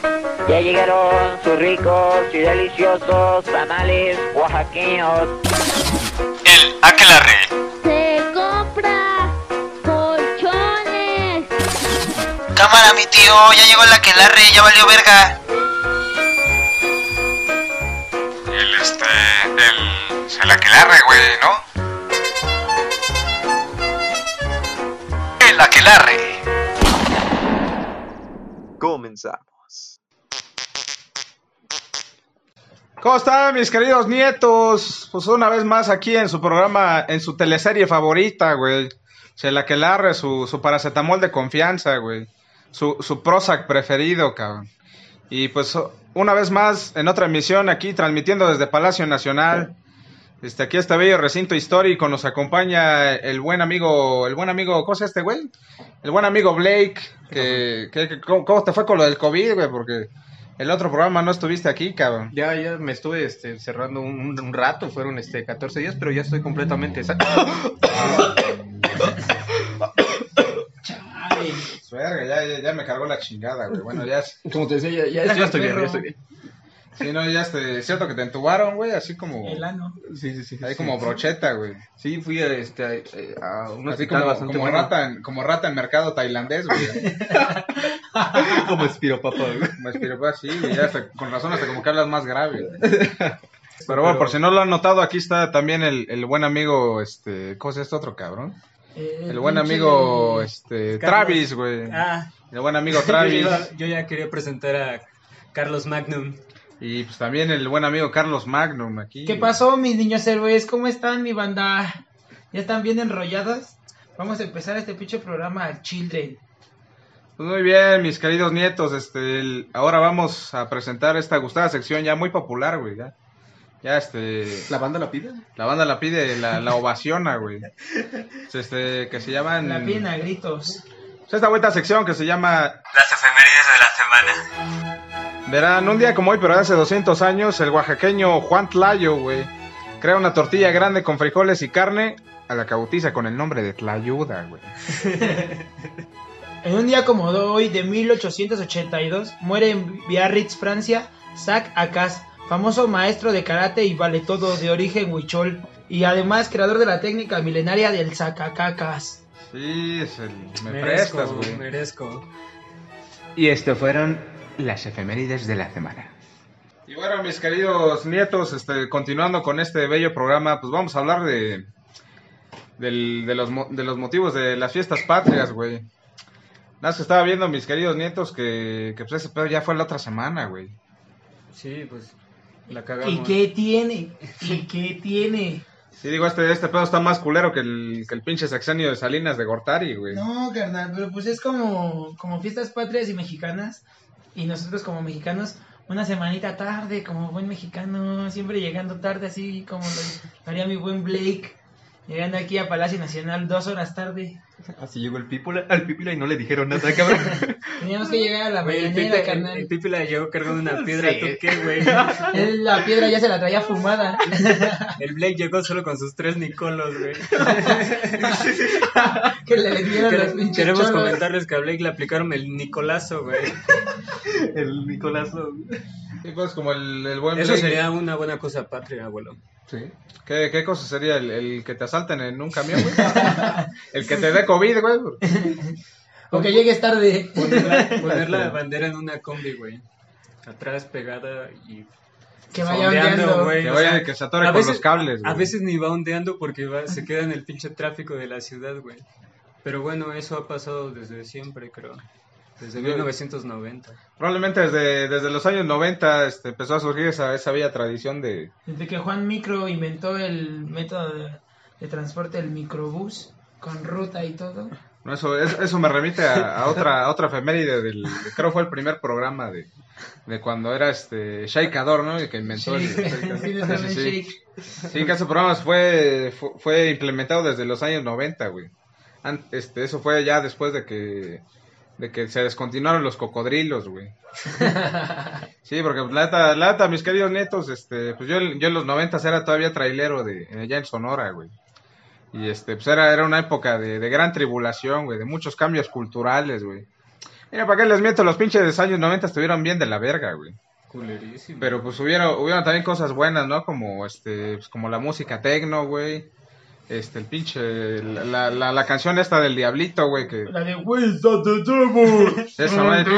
Ya llegaron sus ricos y deliciosos tamales oaxaqueños. El aquelarre. Se compra colchones. Cámara, mi tío, ya llegó el aquelarre, ya valió verga. El aquelarre, güey, ¿no? El aquelarre. Comenzamos. ¿Cómo están, mis queridos nietos? Pues una vez más aquí en su programa, en su teleserie favorita, güey. El aquelarre, su paracetamol de confianza, güey. Su Prozac preferido, cabrón. Y pues una vez más en otra emisión aquí transmitiendo desde Palacio Nacional. Aquí este bello recinto histórico nos acompaña el buen amigo, ¿cómo se llama este güey? El buen amigo Blake, ¿cómo te fue con lo del COVID, güey? Porque el otro programa no estuviste aquí, cabrón. Ya me estuve cerrando un rato, fueron 14 días, pero ya estoy completamente Verga, ya me cargó la chingada, güey. Bueno, ya es... Como te decía, ya estoy bien, ya estoy bien. Sí, no, ya es cierto que te entubaron, güey, así como... El ano. Sí. Ahí como brocheta, güey. Sí, fui a un Así hospital bastante como bueno. como rata en mercado tailandés, güey. Como espiropapa, güey. Me inspiró así, güey, ya con razón hasta como que hablas más grave. Pero bueno, por si no lo han notado, aquí está también el buen amigo, ¿cómo es este otro cabrón? El buen amigo, Travis, güey. Ah, El buen amigo Travis. yo ya quería presentar a Carlos Magnum. Y pues también el buen amigo Carlos Magnum aquí. ¿Qué pasó, mis niños héroes? ¿Cómo están, mi banda? ¿Ya están bien enrollados? Vamos a empezar este pinche programa Children. Pues muy bien, mis queridos nietos, ahora vamos a presentar esta gustada sección ya muy popular, güey, ya ¿La banda la pide? la banda la pide, la ovaciona, güey. Que se llaman... La piden a gritos. Pues esta vuelta sección que se llama... Las efemérides de la semana. Verán, un día como hoy, pero hace 200 años, el oaxaqueño Juan Tlayo, güey, crea una tortilla grande con frijoles y carne, a la que bautiza con el nombre de Tlayuda, güey. En un día como hoy, de 1882, muere en Biarritz, Francia, Sac Acas, famoso maestro de karate y valetodo de origen huichol, y además creador de la técnica milenaria del sacacacas. Sí, me prestas, güey. Merezco. Y esto fueron las efemérides de la semana. Y bueno, mis queridos nietos, continuando con este bello programa, pues vamos a hablar de los motivos de las fiestas patrias, güey. Nada más que estaba viendo, mis queridos nietos, que pues ese pedo ya fue la otra semana, güey. Sí, pues la cagamos. ¿Y qué tiene? Sí, digo, este pedo está más culero que el pinche sexenio de Salinas de Gortari, güey. No, carnal, pero pues es como fiestas patrias y mexicanas, y nosotros como mexicanos, una semanita tarde, como buen mexicano, siempre llegando tarde, así como lo haría mi buen Blake, llegando aquí a Palacio Nacional 2 horas tarde. Así llegó al Pípila y no le dijeron nada, cabrón. Teníamos que llegar a la Güey, mañanera, el carnal. Pipi la llegó cargando una piedra, Sí. ¿tú qué, güey? Él la piedra ya se la traía fumada. El Blake llegó solo con sus 3 Nicolos, güey. Que le vendieron los pinches Queremos cholos. comentarles que a Blake le aplicaron el Nicolazo, güey. El Nicolazo. Sí, pues como el buen Eso Blake. sería una buena cosa patria, abuelo. Sí. ¿Qué cosa sería? ¿El que te asalten en un camión, güey? ¿El que te dé COVID, güey? O que llegues tarde. Poner la bandera en una combi, güey. Atrás pegada y... Que vaya ondeando, ondeando. güey. Que O vaya, sea, que se atore a con veces- los cables, A güey. veces ni va ondeando porque se queda en el pinche tráfico de la ciudad, güey. Pero bueno, eso ha pasado desde siempre, creo. Desde 1990. Probablemente desde los años 90 empezó a surgir esa bella tradición de... Desde que Juan Micro inventó el método de transporte, el microbús, con ruta y todo. No, eso me remite a otra efeméride creo fue el primer programa de cuando era Shakeador, ¿no? El que inventó Shake. Tienes también sí. Shake. Sí, que ese programa fue implementado desde los años 90, güey. Eso fue ya después de que se descontinuaron los cocodrilos, güey. Sí, porque pues, la neta, mis queridos nietos, pues yo en los 90 era todavía trailero allá en Sonora, güey. Y pues era una época de gran tribulación, güey, de muchos cambios culturales, güey. Mira, ¿para qué les miento? Los pinches años 90 estuvieron bien de la verga, güey. Culerísimo. Pero pues hubieron también cosas buenas, ¿no? Como pues, como la música tecno, güey. El pinche la canción esta del Diablito, güey, que La de Wisdom the Devil. esa madre.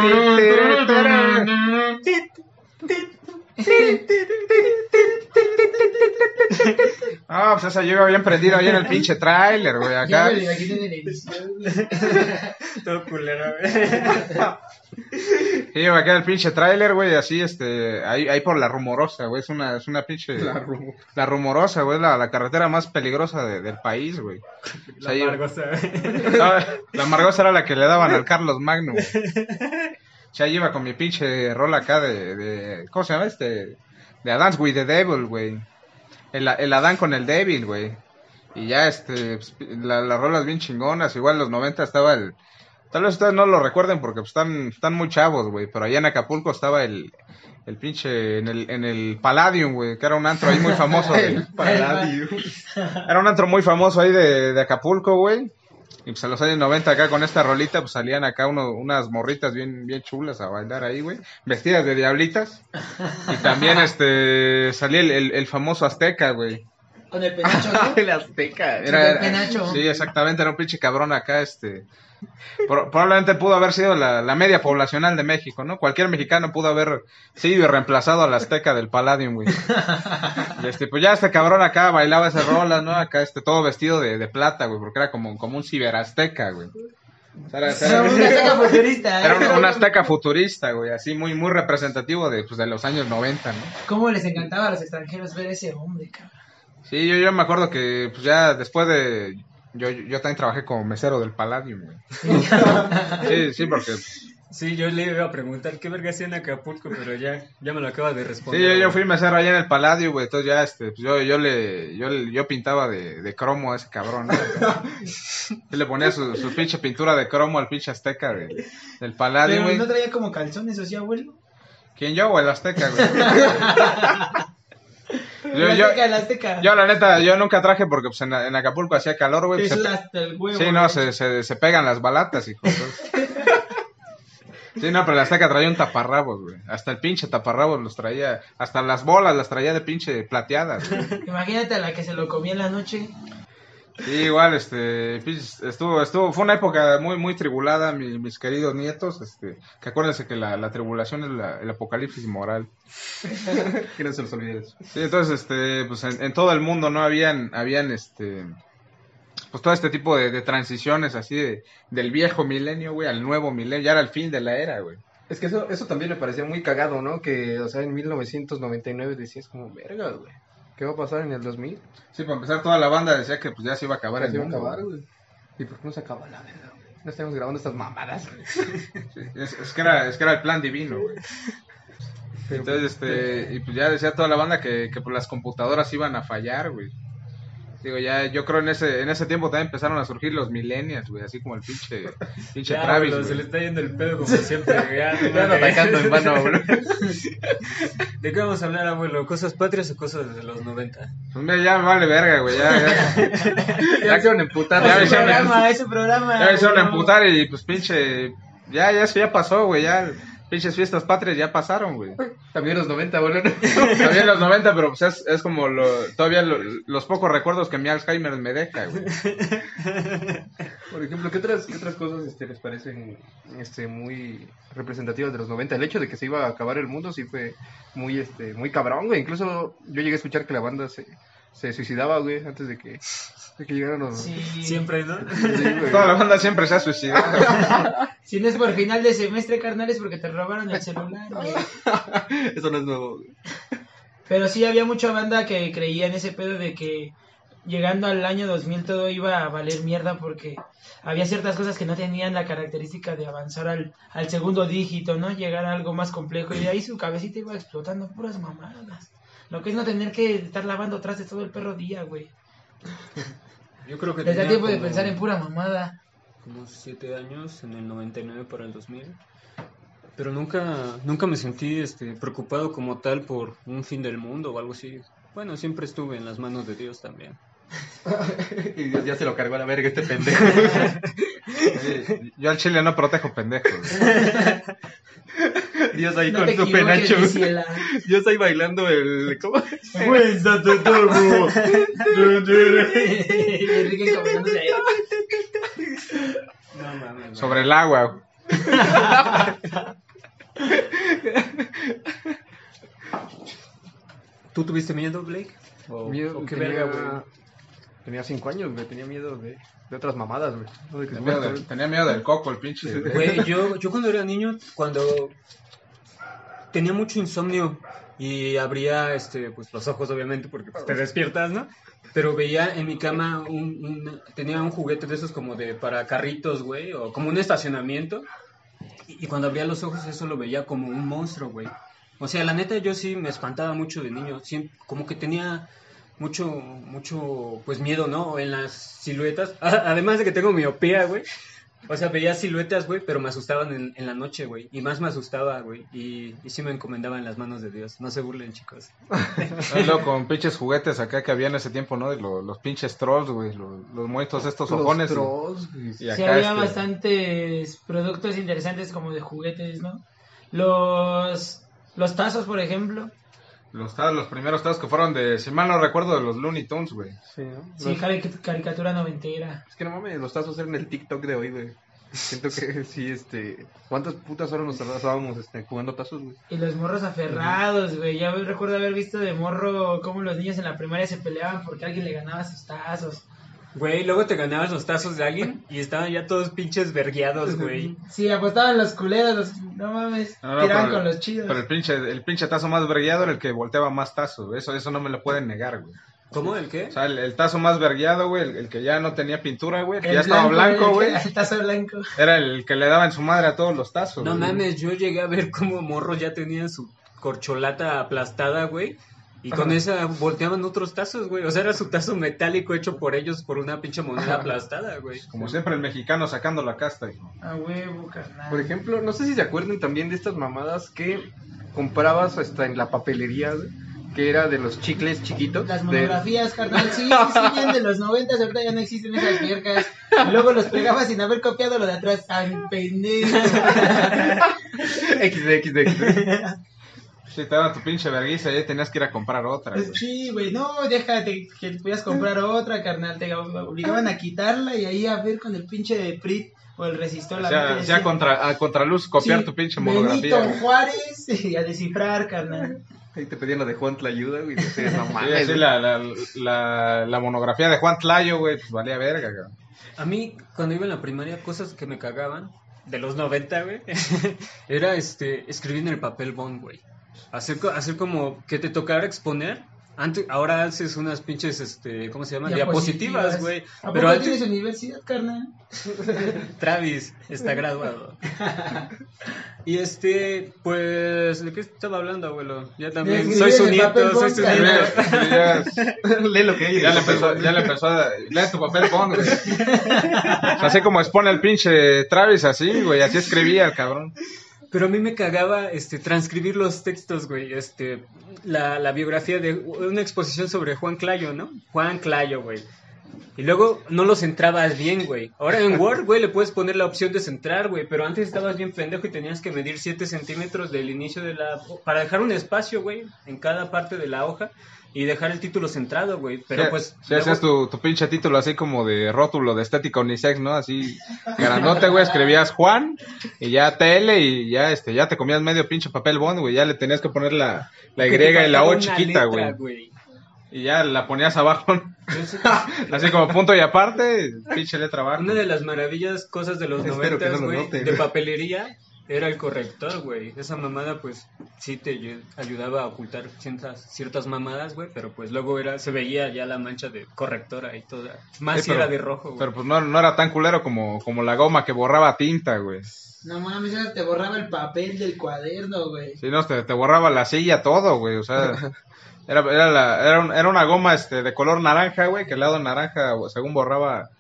Ah, pues esa yo iba bien prendido ahí en el pinche tráiler, güey, Ya acá. me lo imaginé en la edición. Todo culero, güey. Sí, acá el pinche tráiler, güey, así, ahí por La Rumorosa, güey, es una pinche... La Rumorosa, güey, la carretera más peligrosa del país, güey. O sea, La yo- Margosa, güey. No, la Margosa era la que le daban al Carlos Magno, güey. Ya iba con mi pinche rol acá de ¿cómo se llama de A Dance with the Devil, güey. El Adán con el Devil, güey. Y ya, pues, las rolas bien chingonas. Igual en los 90 estaba tal vez ustedes no lo recuerden porque pues, están muy chavos, güey. Pero allá en Acapulco estaba el pinche, en el Palladium, güey, que era un antro ahí muy famoso. Era un antro muy famoso ahí de Acapulco, güey. Y pues a los años 90 acá con esta rolita, pues salían acá unas morritas bien chulas a bailar ahí, güey. Vestidas de diablitas. Y también salía el famoso Azteca, güey. Con el penacho, ¿no? El Azteca. El penacho. Sí, exactamente, era un pinche cabrón acá, probablemente pudo haber sido la media poblacional de México, ¿no? Cualquier mexicano pudo haber sido y reemplazado al Azteca del Palladium, güey. Y pues ya este cabrón acá bailaba esas rolas, ¿no? Acá todo vestido de plata, güey, porque era como un ciberazteca, güey. O sea, Era un azteca futurista. era un azteca futurista, güey, así muy representativo de los años 90, ¿no? ¿Cómo les encantaba a los extranjeros ver ese hombre, cabrón? Sí, yo me acuerdo que pues ya después de... Yo también trabajé como mesero del Palladium, güey. Sí, porque... Sí, yo le iba a preguntar qué verga hacía en Acapulco, pero ya me lo acaba de Sí, responder. yo fui mesero allá en el Palladium, güey, entonces ya, pues yo pintaba de cromo a ese cabrón, ¿no? Yo le ponía su pinche pintura de cromo al pinche Azteca del Palladium, Pero güey. no traía como calzones, o sea, abuelo. ¿Quién, yo o el Azteca, güey? El Azteca. Yo, la neta, yo nunca traje porque pues en Acapulco hacía calor, güey. Te pues, suda hasta el huevo. sí, no, güey. se pegan las balatas, hijo. Sí, no, pero el Azteca traía un taparrabos, güey. Hasta el pinche taparrabos los traía. Hasta las bolas las traía de pinche plateadas, güey. Imagínate a la que se lo comía en la noche. Sí, igual, fue una época muy tribulada, mis queridos nietos, que acuérdense que la tribulación es el apocalipsis moral. Que no se los olvides. Sí, entonces, pues en todo el mundo, ¿no? Habían, pues todo este tipo de transiciones así del viejo milenio, güey, al nuevo milenio, ya era el fin de la era, güey. Es que eso también me parecía muy cagado, ¿no? Que, o sea, en 1999 decías como, verga, güey. ¿Qué va a pasar en el 2000? Sí, para empezar, toda la banda decía que pues ya se iba a acabar el Se iba a mundo, acabar, güey. güey. ¿Y por qué no se acaba la verga, güey? No estamos grabando estas mamadas, güey. Sí, es que era el plan divino, güey. Entonces, y pues ya decía toda la banda que pues las computadoras iban a fallar, güey. Digo, ya, yo creo en ese tiempo también empezaron a surgir los millennials, güey, así como el pinche Ya, Travis, abuelo, güey. se le está yendo el pedo como siempre. Ya, no Ya ando mames. atacando en vano, güey. ¿De qué vamos a hablar, abuelo? ¿Cosas patrias o cosas de los 90? Pues mira, ya me vale verga, güey, Ya me hicieron emputar. Ya me Ese hicieron programa, ese programa. ya me hicieron güey. emputar y pues pinche, ya eso ya pasó, güey, ya pinches fiestas patrias ya pasaron, güey. También los 90, güey. También los 90, pero pues es como todavía los pocos recuerdos que mi Alzheimer me deja, güey. Por ejemplo, ¿qué otras cosas les parecen muy representativas de los 90? El hecho de que se iba a acabar el mundo sí fue muy cabrón, güey. Incluso yo llegué a escuchar que la banda se suicidaba, güey, antes de que llegaran los... Sí. Siempre, ¿no? Sí, güey. Toda la banda siempre se ha suicidado. Si no es por final de semestre, carnal, es porque te robaron el celular, güey. Eso no es nuevo, güey. Pero sí había mucha banda que creía en ese pedo de que llegando al año 2000 todo iba a valer mierda porque había ciertas cosas que no tenían la característica de avanzar al segundo dígito, ¿no? Llegar a algo más complejo y de ahí su cabecita iba explotando puras mamadas. Lo que es no tener que estar lavando trastes todo el perro día, güey. Yo creo que Les da tenía tiempo de como- pensar en pura mamada. como 7 años, en el 99 para el 2000. Pero nunca me sentí preocupado como tal por un fin del mundo o algo así. Bueno, siempre estuve en las manos de Dios también. Y Dios ya se lo cargó a la verga este pendejo. Yo al chile no protejo pendejos. Dios ahí No con te su equivoques, penacho. Graciela. Dios ahí bailando el... ¿Cómo? Cuéntate todo. Enrique caminándose ahí. No mames. güey. Sobre el agua. ¿Tú tuviste miedo, Blake? ¿O, Miedo, o qué tenía, verga, güey? tenía 5 años, güey. Tenía miedo de otras mamadas, güey. No de que se Tenía miedo del coco, el pinche. Güey, yo cuando era niño, cuando tenía mucho insomnio y abría pues los ojos obviamente porque pues, te despiertas, ¿no? Pero veía en mi cama tenía un juguete de esos como de para carritos, güey, o como un estacionamiento. Y cuando abría los ojos eso lo veía como un monstruo, güey. O sea, la neta yo sí me espantaba mucho de niño, como que tenía mucho pues miedo, ¿no? En las siluetas, además de que tengo miopía, güey. O sea, veía siluetas, güey, pero me asustaban en la noche, güey. Y más me asustaba, güey. Y sí me encomendaba en las manos de Dios. No se burlen, chicos. Luego con pinches juguetes acá que había en ese tiempo, ¿no? De los pinches trolls, güey. Los muertos estos ojones. Y Sí, acá había bastantes productos interesantes como de juguetes, ¿no? Los tazos, por ejemplo. Los primeros tazos que fueron si mal no recuerdo, de los Looney Tunes, güey. Sí, ¿no? Sí, caricatura noventera. Es que no mames, los tazos eran el TikTok de hoy, güey. Siento que sí, ¿cuántas putas horas nos pasábamos jugando tazos, güey? Y los morros aferrados, güey. Ya recuerdo haber visto de morro cómo los niños en la primaria se peleaban porque alguien le ganaba sus tazos. Güey, luego te ganabas los tazos de alguien y estaban ya todos pinches vergueados, güey. Sí, apostaban los culeros, no mames, tiraban pero- con los chidos. Pero el pinche tazo más vergueado era el que volteaba más tazos, güey. Eso no me lo pueden negar, güey. ¿Cómo? ¿El qué? O sea, el tazo más vergueado, güey, el que ya no tenía pintura, güey, el que El ya estaba blanco, güey, El tazo blanco. era el que le daba en su madre a todos los tazos. No güey. mames, yo llegué a ver cómo morros ya tenían su corcholata aplastada, güey. Y con esa volteaban otros tazos, güey. O sea, era su tazo metálico hecho por ellos por una pinche moneda aplastada, güey. Como siempre el mexicano sacando la casta, hijo. A huevo, carnal. Por ejemplo, no sé si se acuerdan también de estas mamadas que comprabas hasta en la papelería, güey, que era de los chicles chiquitos. Las de- monografías, carnal, sí, bien de los 90, ahorita ya no existen esas vergas. Y luego los pegabas sin haber copiado lo de atrás. ¡Ay, pendejo! XD. Si te daban tu pinche verguiza, ya tenías que ir a comprar otra, güey. Sí, güey, no, déjate que podías comprar otra, carnal. Te obligaban a quitarla y ahí a ver con el pinche de Prit o el resistor. O sea, ya a contraluz copiar Sí, tu pinche monografía. Benito güey. Juárez y a descifrar, carnal. Ahí te pedían la de Juan Tlayuda, güey. Decías, no Sí, mames, así güey. la monografía de Juan Tlayo, güey, pues valía verga, güey. A mí, cuando iba en la primaria, cosas que me cagaban, de los 90, güey, era escribir en el papel bond, güey. Hacer como que te tocara exponer. Ahora haces unas pinches, ¿cómo se llama? Diapositivas, güey. ¿A Pero poco tienes antes, universidad, carnal? Travis está graduado. Y pues, ¿de qué estaba hablando, abuelo? Ya también, De soy su escribir en el papel nieto, soy bond, su carnal. nieto. Lee lo que hay. Ya le empezó a... Lee tu papel bond, güey. O sea, así como expone el pinche Travis, así, güey, así escribía el cabrón. Pero a mí me cagaba transcribir los textos, güey. La biografía de una exposición sobre Juan Clayo, ¿no? Juan Clayo, güey. Y luego no lo centrabas bien, güey. Ahora en Word, güey, le puedes poner la opción de centrar, güey. Pero antes estabas bien pendejo y tenías que medir 7 centímetros del inicio de para dejar un espacio, güey, en cada parte de la hoja. Y dejar el título centrado, güey. Pero Sí, pues... sí, hacías tu pinche título así como de rótulo de estética unisex, ¿no? Así, grandote, güey, escribías Juan, y ya TL, y ya, ya te comías medio pinche papel bond, güey, ya le tenías que poner la Y que te y la faltaba O una chiquita, letra, güey. Y ya la ponías abajo, Entonces, así como punto y aparte, pinche letra abajo. una de las maravillas cosas de los Espero que 90, no lo güey, noten. de papelería, era el corrector, güey. Esa mamada, pues, sí te ayudaba a ocultar ciertas mamadas, güey, pero pues luego se veía ya la mancha de correctora y toda. Más Sí, si pero- era de rojo, güey. Pero pues no era tan culero como la goma que borraba tinta, güey. No mames, eso te borraba el papel del cuaderno, güey. Sí, no, te borraba la silla, todo, güey, o sea... Era una goma de color naranja, güey, que el lado naranja, según borraba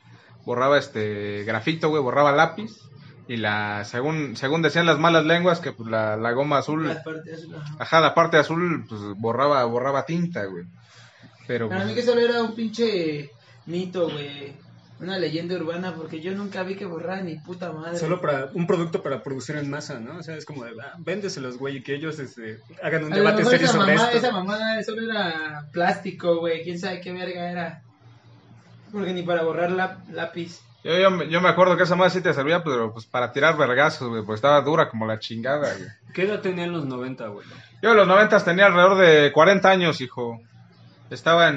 grafito, güey, borraba lápiz. Y según decían las malas lenguas, que pues la goma azul, La parte azul, ajá. ajá, la parte azul, pues borraba tinta, güey. Pero Para mí pues, que solo era un pinche mito, güey. Una leyenda urbana, porque yo nunca vi que borraran ni puta madre. Solo para un producto para producir en masa, ¿no? O sea, es como de, véndeselos, güey, y que ellos hagan un A lo debate mejor serio sobre esto. esa mamada solo era plástico, güey. Quién sabe qué verga era. Porque ni para borrar lápiz. Yo me acuerdo que esa madre sí te servía, pero pues para tirar vergazos, güey, pues estaba dura como la chingada, güey. ¿Qué edad tenía en los 90, güey? Yo en los 90 tenía alrededor de 40 años, hijo. Estaba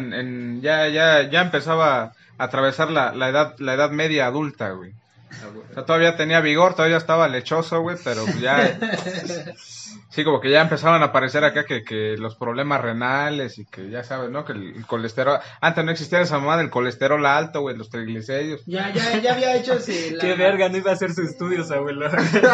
ya empezaba a atravesar la edad media adulta, güey. O sea, todavía tenía vigor, todavía estaba lechoso, güey, pero ya... Sí, como que ya empezaban a aparecer acá que los problemas renales y que ya sabes, ¿no? Que el colesterol... Antes no existía esa mamá del colesterol alto, güey, los triglicéridos. Ya había hecho Qué verga, no iba a hacer sus estudios, abuelo.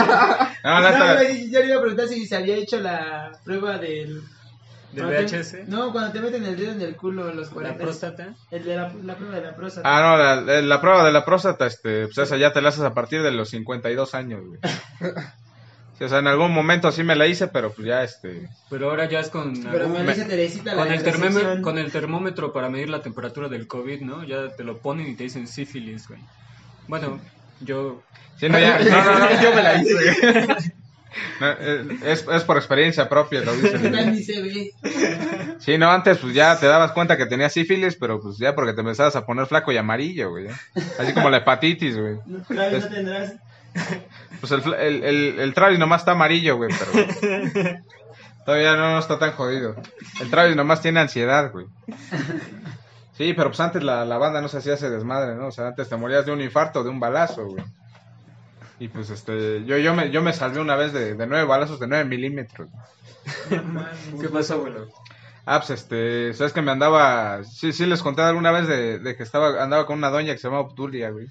No, yo le iba a preguntar si se había hecho la prueba del VHS. No, cuando te meten el dedo en el culo los 40. ¿La próstata? El de la prueba de la próstata. Ah, no, la prueba de la próstata, pues esa ya te la haces a partir de los 52 años, güey. Sí, o sea, en algún momento sí me la hice, pero pues ya Pero ahora ya es con... Pero me dice Teresita con el termómetro para medir la temperatura del COVID, ¿no? Ya te lo ponen y te dicen sífilis, güey. Bueno, yo... Sí, no, yo me la hice. No, es por experiencia propia, lo dicen. Sí, no, antes pues ya te dabas cuenta que tenías sífilis, pero pues ya porque te empezabas a poner flaco y amarillo, güey. Así como la hepatitis, güey. Claro, no tendrás. Pues el Travis nomás está amarillo, güey, pero todavía no está tan jodido. El Travis nomás tiene ansiedad, güey. Sí, pero pues antes la banda no se hacía ese desmadre, ¿no? O sea, antes te morías de un infarto, de un balazo, güey. Y pues yo me salvé una vez de 9 balazos de 9 milímetros. ¿Qué pasó, abuelo? Ah, pues sabes que me andaba, sí les conté alguna vez de que andaba con una doña que se llama Obdulia, güey.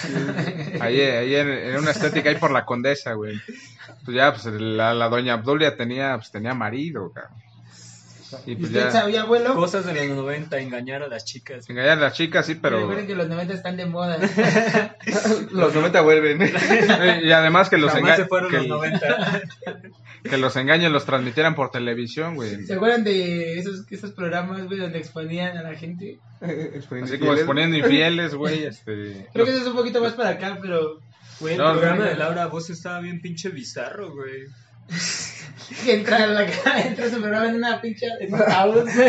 Ahí en una estética ahí por la Condesa, güey. Pues ya, pues la doña Obdulia tenía marido, cabrón. Y pues usted sabía, abuelo. Cosas de los 90, engañar a las chicas. Engañar a las chicas, sí, pero... Recuerden que los 90 están de moda. Los 90 vuelven. Y además que los engaños... se fueron los 90. Que los engaños los transmitieran por televisión, güey. ¿Se acuerdan de esos programas, güey, donde exponían a la gente? Así como exponiendo infieles, güey, Creo que eso es un poquito más para acá, pero... Güey, el programa de Laura Voz estaba bien pinche bizarro, güey. Que entra su programa en una pinche en un ataúd, güey.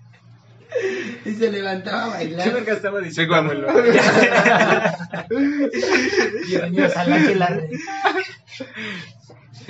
Y se levantaba a bailar. ¿Qué verga estaba diciendo, abuelo? Bienvenidos a la que la red. Sí,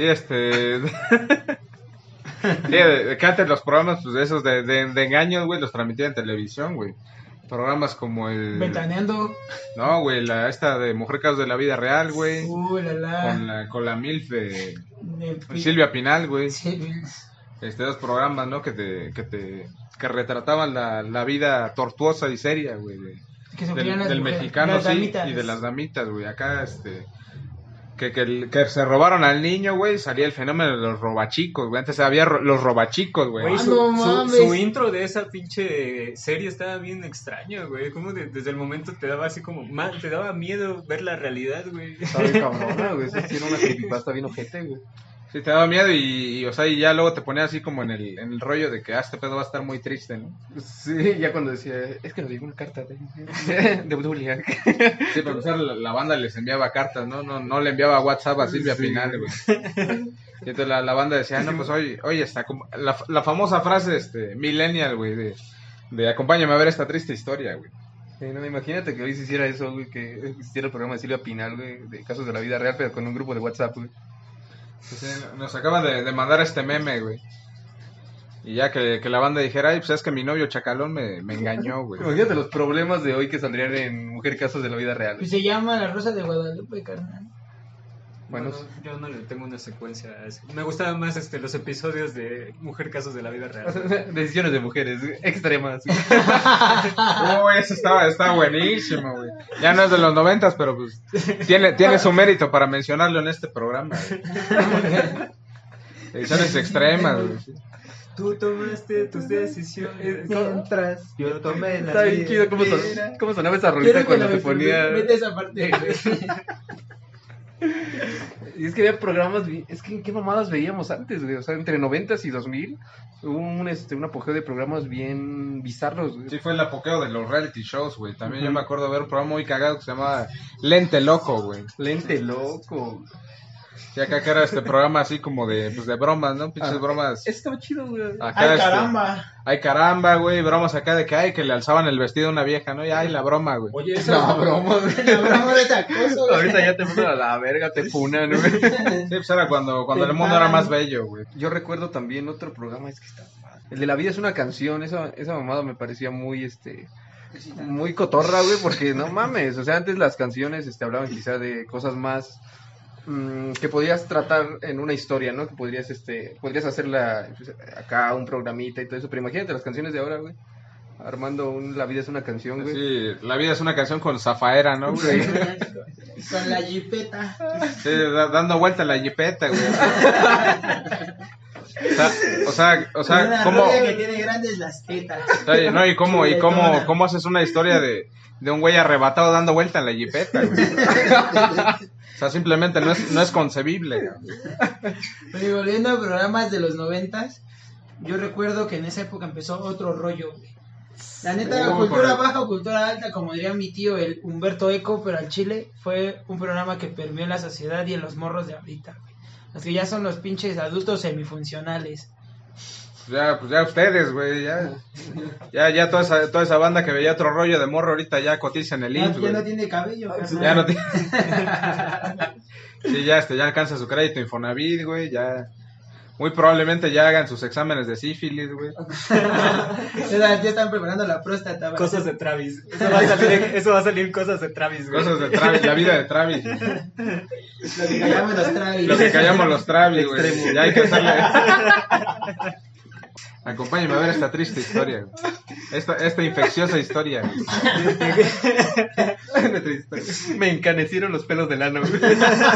que antes los programas, pues esos de engaños, güey, los transmitían en televisión, güey. Programas como el... Ventaneando. No, güey, esta de Mujer Casos de la Vida Real, güey. Con la MILF de Silvia Pinal, güey. Sí. Dos programas, ¿no? Que retrataban la vida tortuosa y seria, güey. Del mexicano, sí, y de las damitas, güey. Acá, que se robaron al niño, güey, salía el fenómeno de los robachicos, güey. Antes había los robachicos, güey. Su intro de esa pinche serie estaba bien extraño, güey. Como desde el momento te daba así como... te daba miedo ver la realidad, güey. Estaba bien cabrona, güey. Eso sí era una creepypasta bien ojete, güey. Sí, te daba miedo y ya luego te ponía así como en el rollo de que este pedo va a estar muy triste, ¿no? Sí, ya cuando decía, es que nos llegó una carta de Obdulia. Sí, pero pues, la banda les enviaba cartas, ¿no? No le enviaba WhatsApp a Silvia Pinal, güey. Y entonces la banda decía, no, pues hoy está como... La famosa frase, millennial, güey, de acompáñame a ver esta triste historia, güey. No, imagínate que hoy se hiciera eso, güey, que existiera el programa de Silvia Pinal, güey, de casos de la vida real, pero con un grupo de WhatsApp, güey. Sí, nos acaban de mandar este meme, güey. Y ya que la banda dijera, ay, pues es que mi novio Chacalón me engañó, güey. Imagínate los problemas de hoy que saldrían en Mujer Casos de la Vida Real. Pues se llama La Rosa de Guadalupe, carnal. Bueno, yo no le tengo una secuencia. Me gustaban más los episodios de Mujer Casos de la Vida Real. Decisiones de mujeres extremas. Ese está buenísimo, güey. Ya no es de los 90, pero pues tiene su mérito para mencionarlo en este programa. Decisiones extremas, güey. Tú tomaste tus decisiones mientras yo tomé las mías. Está bien chido cómo sonaba esa rolita cuando se ponía... Mete esa parte, Y es que había programas, es que qué mamadas veíamos antes, güey. O sea, entre 90s y 2000 hubo un apogeo de programas bien bizarros, güey. Sí, fue el apogeo de los reality shows, güey. También yo me acuerdo de ver un programa muy cagado que se llamaba Lente Loco, güey. Lente Loco. Y acá que era este programa así como de, pues de bromas, ¿no? Pinches bromas. Estaba chido, güey. Acá, ¡Ay, caramba! Ay, caramba, güey. Bromas acá de que, ay, que le alzaban el vestido a una vieja, ¿no? Y ay, la broma, güey. Oye, esa broma, güey. La broma de ese acoso, güey. Ahorita ya te fueron a la verga, te funan, güey. Sí, pues era cuando el mundo era más bello, güey. Yo recuerdo también otro programa, es que está... El de La vida es una canción, esa mamada me parecía muy, muy cotorra, güey, porque no mames, o sea, antes las canciones, hablaban quizá de cosas más que podías tratar en una historia, ¿no? Que podrías hacerla pues, acá un programita y todo eso, pero imagínate las canciones de ahora, güey, armando La vida es una canción, güey. Sí, La vida es una canción con Zafaera, ¿no, güey? Con la jipeta. Sí, dando vuelta a la jipeta, güey. O sea, Una ¿cómo? rubia que tiene grandes las tetas. Oye, no, y cómo Chuletona. haces una historia de un güey arrebatado dando vuelta en la jipeta, güey. O sea, simplemente no es concebible, güey. Pero volviendo a programas de los 90s, yo recuerdo que en esa época empezó otro rollo, güey. La neta, cultura baja o cultura alta, como diría mi tío, el Humberto Eco, pero al chile fue un programa que permeó en la sociedad y en los morros de ahorita, güey. Los que ya son los pinches adultos semifuncionales. Pues ya ustedes, güey, ya toda esa banda que veía otro rollo de morro ahorita ya cotiza en el IMSS, Ya güey. no tiene cabello, carnal. Ya no tiene. Sí, ya alcanza su crédito Infonavit, güey, ya. Muy probablemente ya hagan sus exámenes de sífilis, güey. Ya están preparando la próstata. ¿verdad? Cosas de Travis. Eso va a salir cosas de Travis, güey. Cosas de Travis, la vida de Travis, güey. Lo que callamos los Travis. Lo que callamos los Travis, güey. Ya hay que hacerle. Acompáñame a ver esta triste historia, güey. Esta infecciosa historia, güey. Me encanecieron los pelos del ano, güey.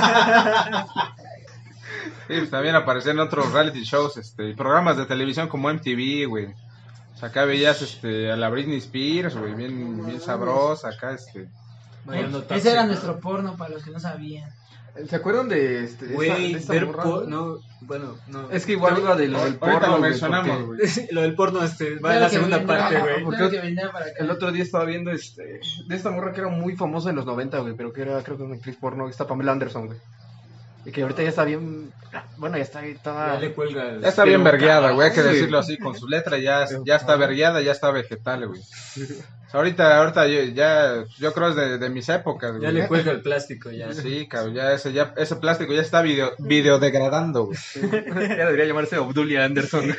Sí, pues también aparecían otros reality shows, programas de televisión como MTV, güey. O sea, acá veías, a la Britney Spears, güey, bien sabrosa, acá, Ese era nuestro porno para los que no sabían. ¿Se acuerdan de Güey, esta ver morra, porno, güey? no, bueno, no. Es que igual iba de lo del Ahorita porno, lo güey, mencionamos, porque güey. Lo del porno va en Claro la que segunda vendrá, parte, güey. claro que vendrá para acá. el otro día estaba viendo de esta morra que era muy famosa en los 90, güey, pero que era, creo que una actriz porno, esta Pamela Anderson, güey. Y que ahorita ya está bien, bueno, ya está Ya le cuelga el... Ya está bien Pero, vergueada, güey, hay que cabrón, decirlo güey. así, con su letra ya está vergueada, ya está vegetal, güey. O sea, ahorita yo creo es de mis épocas, güey. Ya le cuelga el plástico, ya. Sí, cabrón, ese plástico ya está videodegradando, güey. Ya debería llamarse Obdulia Anderson.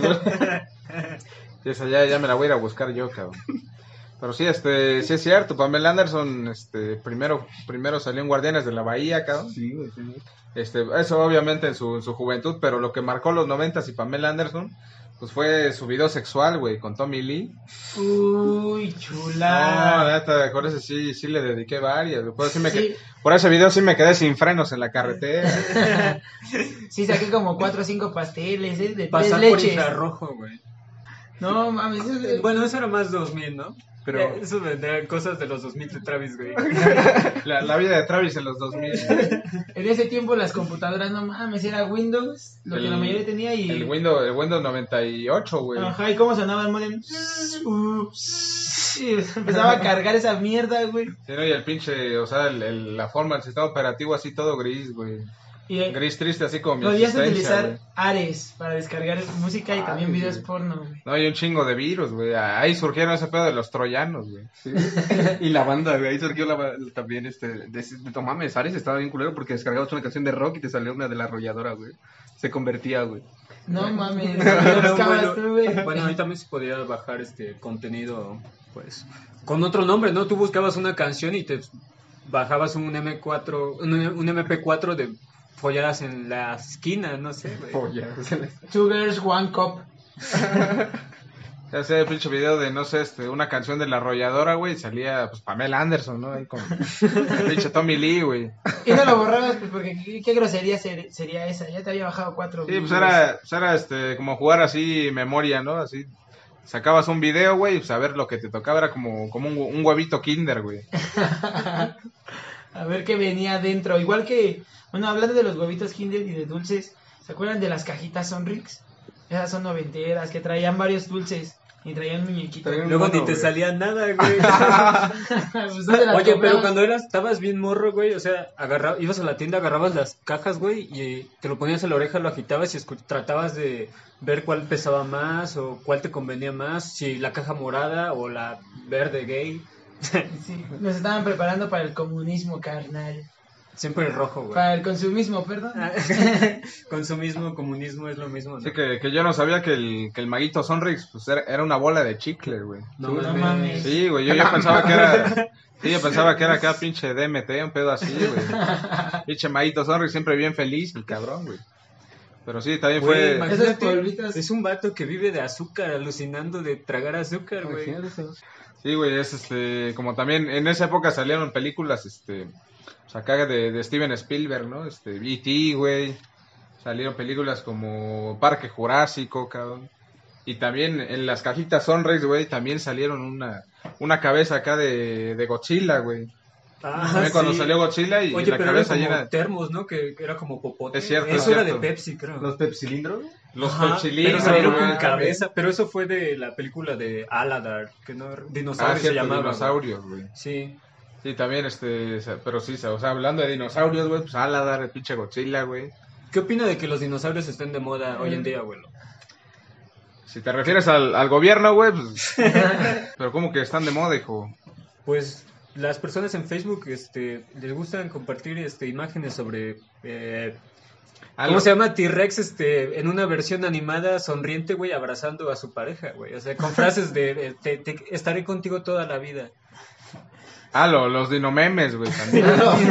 Y esa ya me la voy a ir a buscar yo, cabrón. Pero sí, sí es cierto, Pamela Anderson, primero salió en Guardianes de la Bahía, cabrón. Sí, güey, sí. Eso obviamente en su juventud, pero lo que marcó los 90s y Pamela Anderson, pues fue su video sexual, güey, con Tommy Lee. Uy, No, chula. neta, con ese sí le dediqué varias, güey. Sí. Por ese video sí me quedé sin frenos en la carretera. Sí, saqué como 4 o 5 pasteles, de 3 Pasar por leches. infrarrojo, güey. No mames, Bueno, eso era más 2000, ¿no? Pero- Eso vendrá cosas de los 2000 de Travis, güey. La vida de Travis en los 2000. en ese tiempo las computadoras, no mames, era Windows, lo que la mayoría tenía y... El Windows 98, güey. Ajá, ¿y cómo sonaba el modem? Y empezaba a cargar esa mierda, güey. Sí, ¿no? Y el pinche, o sea, la forma del sistema operativo así todo gris, güey. Y Gris triste, así como mi podías existencia, utilizar güey. Ares para descargar música y también sí. videos porno, güey. No, hay un chingo de virus, güey. Ahí surgieron ese pedo de los troyanos, güey. Y la banda, güey, ahí surgió también de Tomames, Ares estaba bien culero porque descargabas una canción de rock y te salió una de la arrolladora, güey. Se convertía, güey. No mames, Bueno, lo buscabas tú, güey. bueno, ahí también se podía bajar contenido, pues, con otro nombre, ¿no? Tú buscabas una canción y te bajabas un MP4 de folladas en la esquina, no sé, güey. Two Girls, One Cup. Ya sé, el pinche video de, no sé, una canción de la arrolladora, güey, y salía, pues, Pamela Anderson, ¿no? Ahí con el pinche Tommy Lee, güey. Y no lo borrabas, pues, porque qué grosería sería esa. Ya te había bajado 4 Sí, pues era como jugar así memoria, ¿no? Así, sacabas un video, güey, y pues a ver lo que te tocaba era como un huevito Kinder, güey. a ver qué venía adentro. Igual que, bueno, hablando de los huevitos Kinder y de dulces, ¿se acuerdan de las cajitas Sonrix? Esas son noventeras, que traían varios dulces y traían muñequitos. Luego ni te salía nada, güey. Pues, ¿dónde las Oye, pero comprabas? cuando estabas bien morro, güey, o sea, ibas a la tienda, agarrabas las cajas, güey, y te lo ponías en la oreja, lo agitabas y tratabas de ver cuál pesaba más o cuál te convenía más, si la caja morada o la verde gay. Sí, nos estaban preparando para el comunismo, carnal. Siempre el rojo, güey. Para el consumismo, perdón. Consumismo, comunismo es lo mismo, ¿no? Sí, que yo no sabía que el maguito Sonrix pues era una bola de chicle, güey. No No mames. Sí, güey, yo pensaba que era... Sí, yo pensaba que era acá pinche DMT, un pedo así, güey. Pinche maguito Sonrix, siempre bien feliz, el cabrón, güey. Pero sí, también Güey, fue... imagínate, Esos polvitos. es un vato que vive de azúcar, alucinando de tragar azúcar, güey. Sí, güey, es como también en esa época salieron películas, pues acá de Steven Spielberg, ¿no? E.T., güey. Salieron películas como Parque Jurásico, cabrón. Y también en las cajitas Sonrix, güey, también salieron una cabeza acá de Godzilla, güey. También cuando sí. salió Godzilla y Oye, la pero cabeza era como llena... termos, ¿no? Que era como popote. Es cierto, Eso es era cierto. de Pepsi, creo. ¿Los pepsilindros? Los Ajá, pepsilindros, pero salieron güey. con cabeza. Pero eso fue de la película de Aladar, que no, dinosaurio se cierto, llamaba. dinosaurios, güey. Sí. Sí, también, pero sí, o sea, hablando de dinosaurios, güey, pues Aladar, el pinche Godzilla, güey. ¿Qué opina de que los dinosaurios estén de moda hoy en día, abuelo? Si te refieres al gobierno, güey, pues... Pero ¿cómo que están de moda, hijo? Pues las personas en Facebook les gustan compartir imágenes sobre ¿cómo se llama? T-Rex en una versión animada sonriente, güey, abrazando a su pareja, güey. O sea, con frases de estaré contigo toda la vida. Los dinomemes, güey, también.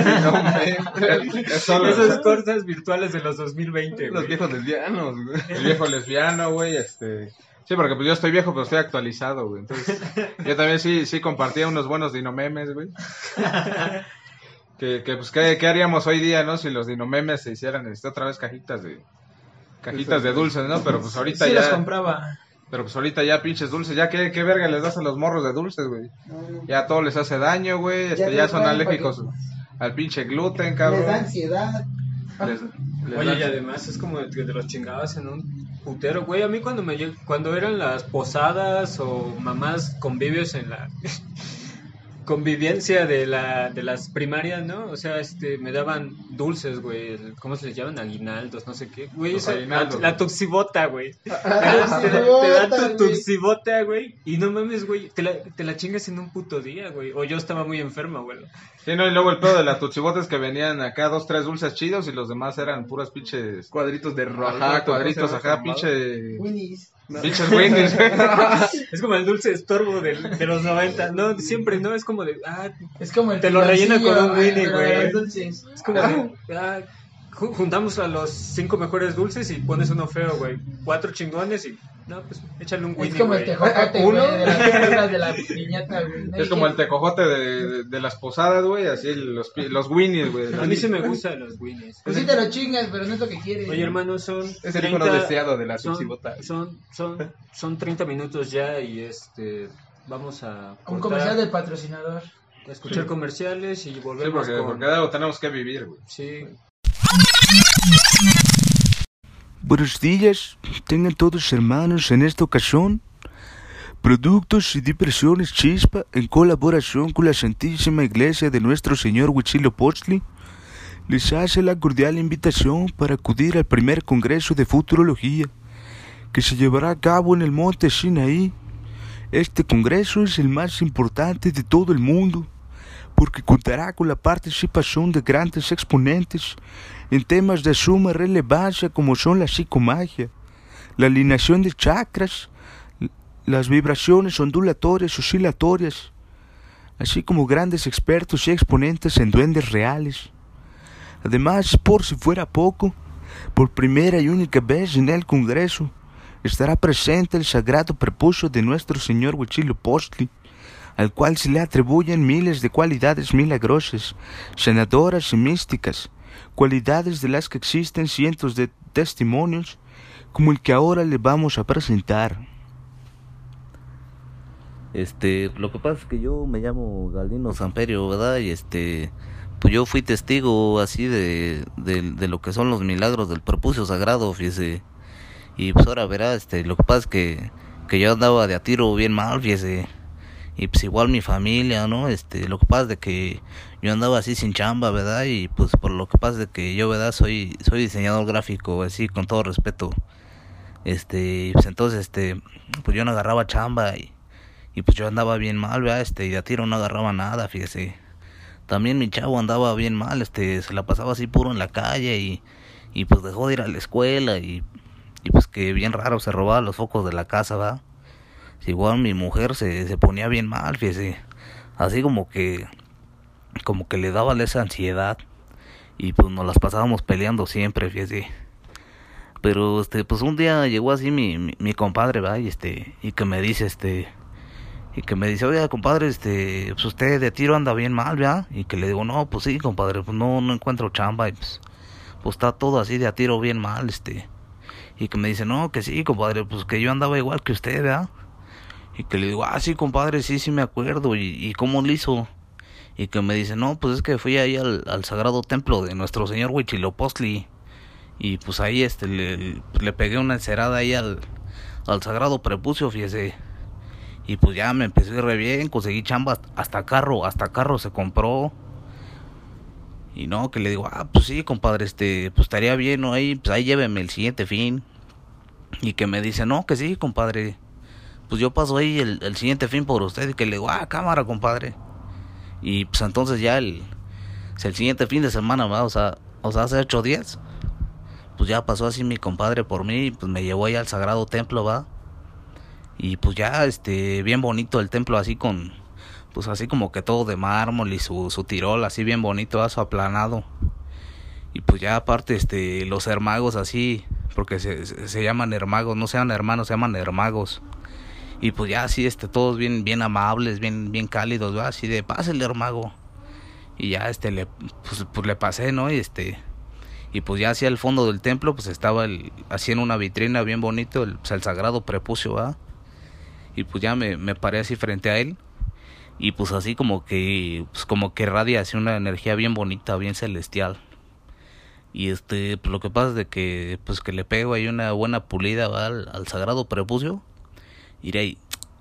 Esas cosas virtuales de los 2020, Los güey. viejos lesbianos, güey. El viejo lesbiano, güey, Sí, porque pues yo estoy viejo, pero estoy actualizado, güey. Entonces, yo también sí compartía unos buenos dinomemes, güey. Que pues, ¿qué haríamos hoy día, no? Si los dinomemes se hicieran, otra vez cajitas de dulces, ¿no? Pero pues ahorita Sí ya... los compraba. Pero pues ahorita ya pinches dulces, ya qué verga les das a los morros de dulces, güey. Ya todo les hace daño, güey. Ya son alérgicos al pinche gluten, cabrón. Les da ansiedad. Les Oye, da- y además es como que te los chingabas en un putero, güey. A mí cuando eran las posadas o mamás convivios en la convivencia de las primarias, ¿no? O sea, me daban dulces, güey. ¿Cómo se les llaman? Aguinaldos, no sé qué. Güey, Los aguinaldos, la güey. tuxibota, güey. Te tuxibota, dan tu güey. tuxibota, güey. Y no mames, güey. Te la chingas en un puto día, güey. O yo estaba muy enferma, güey. Sí, no, y luego el pedo de las tuchibotes que venían acá 2, 3 dulces chidos y los demás eran puras pinches... Cuadritos de rol. Ajá, cuadritos, ajá, pinche... Winnie's. Pinches Winnie's, güey. Es como el dulce estorbo de los 90. No, siempre, ¿no? Es como de, Es como el Te lo rellena piloncillo, con un Winnie, pero güey. de dulces. es como de, juntamos a los 5 mejores dulces y pones uno feo, güey. 4 chingones y, no, pues échale un Winnie, Es como güey. el tejocote, güey, de las películas de la piñata, güey. Es como el tejojote de las posadas, güey, así los Winnie's, güey. A mí sí me gustan los Winnies. Pues sí te lo chingas, pero no es lo que quieres. Oye, hermano, son Es el icono deseado de la tuxibota. son 30 minutos ya y vamos a Un cortar, comercial del patrocinador. a escuchar comerciales y Sí, volvemos porque con... de algo tenemos que vivir, güey. Sí. Buenos días, tengan todos hermanos en esta ocasión. Productos y diversiones Chispa, en colaboración con la Santísima Iglesia de Nuestro Señor Huitzilopochtli, les hace la cordial invitación para acudir al primer Congreso de Futurología, que se llevará a cabo en el Monte Sinaí. Este congreso es el más importante de todo el mundo, porque contará con la participación de grandes exponentes en temas de suma relevancia como son la psicomagia, la alineación de chakras, las vibraciones ondulatorias oscilatorias, así como grandes expertos y exponentes en duendes reales. Además, por si fuera poco, por primera y única vez en el Congreso, estará presente el sagrado prepucio de nuestro Señor Huitzilopochtli, al cual se le atribuyen miles de cualidades milagrosas, sanadoras y místicas, cualidades de las que existen cientos de testimonios, como el que ahora le vamos a presentar. Lo que pasa es que yo me llamo Galdino Samperio, ¿verdad? Y pues yo fui testigo así de lo que son los milagros del prepucio sagrado, fíjese. Y pues ahora verá, lo que pasa es que yo andaba de a tiro bien mal, fíjese. Y pues igual mi familia, ¿no? Lo que pasa es de que yo andaba así sin chamba, ¿verdad? Y pues por lo que pasa es de que yo, ¿verdad? Soy diseñador gráfico, así, con todo respeto. Pues entonces, pues yo no agarraba chamba y pues yo andaba bien mal, ¿verdad? Y de a tiro no agarraba nada, fíjese. También mi chavo andaba bien mal, se la pasaba así puro en la calle y pues dejó de ir a la escuela y pues que bien raro se robaba los focos de la casa, ¿verdad? Igual mi mujer se ponía bien mal, fíjese, así como que le daba esa ansiedad y pues nos las pasábamos peleando siempre, fíjese. Pero pues un día llegó así mi compadre, ¿verdad? Y que me dice oiga, compadre, pues usted de tiro anda bien mal, ¿verdad? Y que le digo, no, pues sí, compadre, pues no encuentro chamba y pues está todo así de a tiro bien mal, y que me dice, no, que sí, compadre, pues que yo andaba igual que usted, ¿verdad? Y que le digo, sí, compadre, sí me acuerdo, y cómo le hizo. Y que me dice, no, pues es que fui ahí al sagrado templo de nuestro señor Huitzilopochtli, y pues ahí le pegué una encerada ahí al sagrado prepucio, fíjese. Y pues ya me empecé a ir re bien, conseguí chamba, hasta carro se compró. Y no, que le digo, pues sí, compadre, pues estaría bien, ¿no? Pues ahí lléveme el siguiente fin. Y que me dice, no, que sí, compadre, pues yo paso ahí el siguiente fin por usted. Y que le digo, cámara, compadre. Y pues entonces ya el siguiente fin de semana, ¿va? O sea, hace 8 días, pues ya pasó así mi compadre por mí, pues me llevó ahí al sagrado templo, ¿va? Y pues ya, bien bonito el templo, así pues así como que todo de mármol y su tirol así bien bonito, su aplanado. Y pues ya aparte, los hermagos así, porque se llaman hermagos, no se llaman hermanos, se llaman hermagos. Y pues ya así, todos bien amables, bien cálidos, ¿va? Así de, pásale, hermago. Y ya, pues le pasé, ¿no? Y pues ya hacia el fondo del templo, pues estaba así en una vitrina bien bonito, el sagrado prepucio, ¿va? Y pues ya me paré así frente a él. Y pues así como que radia así una energía bien bonita, bien celestial. Y pues lo que pasa es de que pues que le pego ahí una buena pulida, ¿va? al sagrado prepucio. Y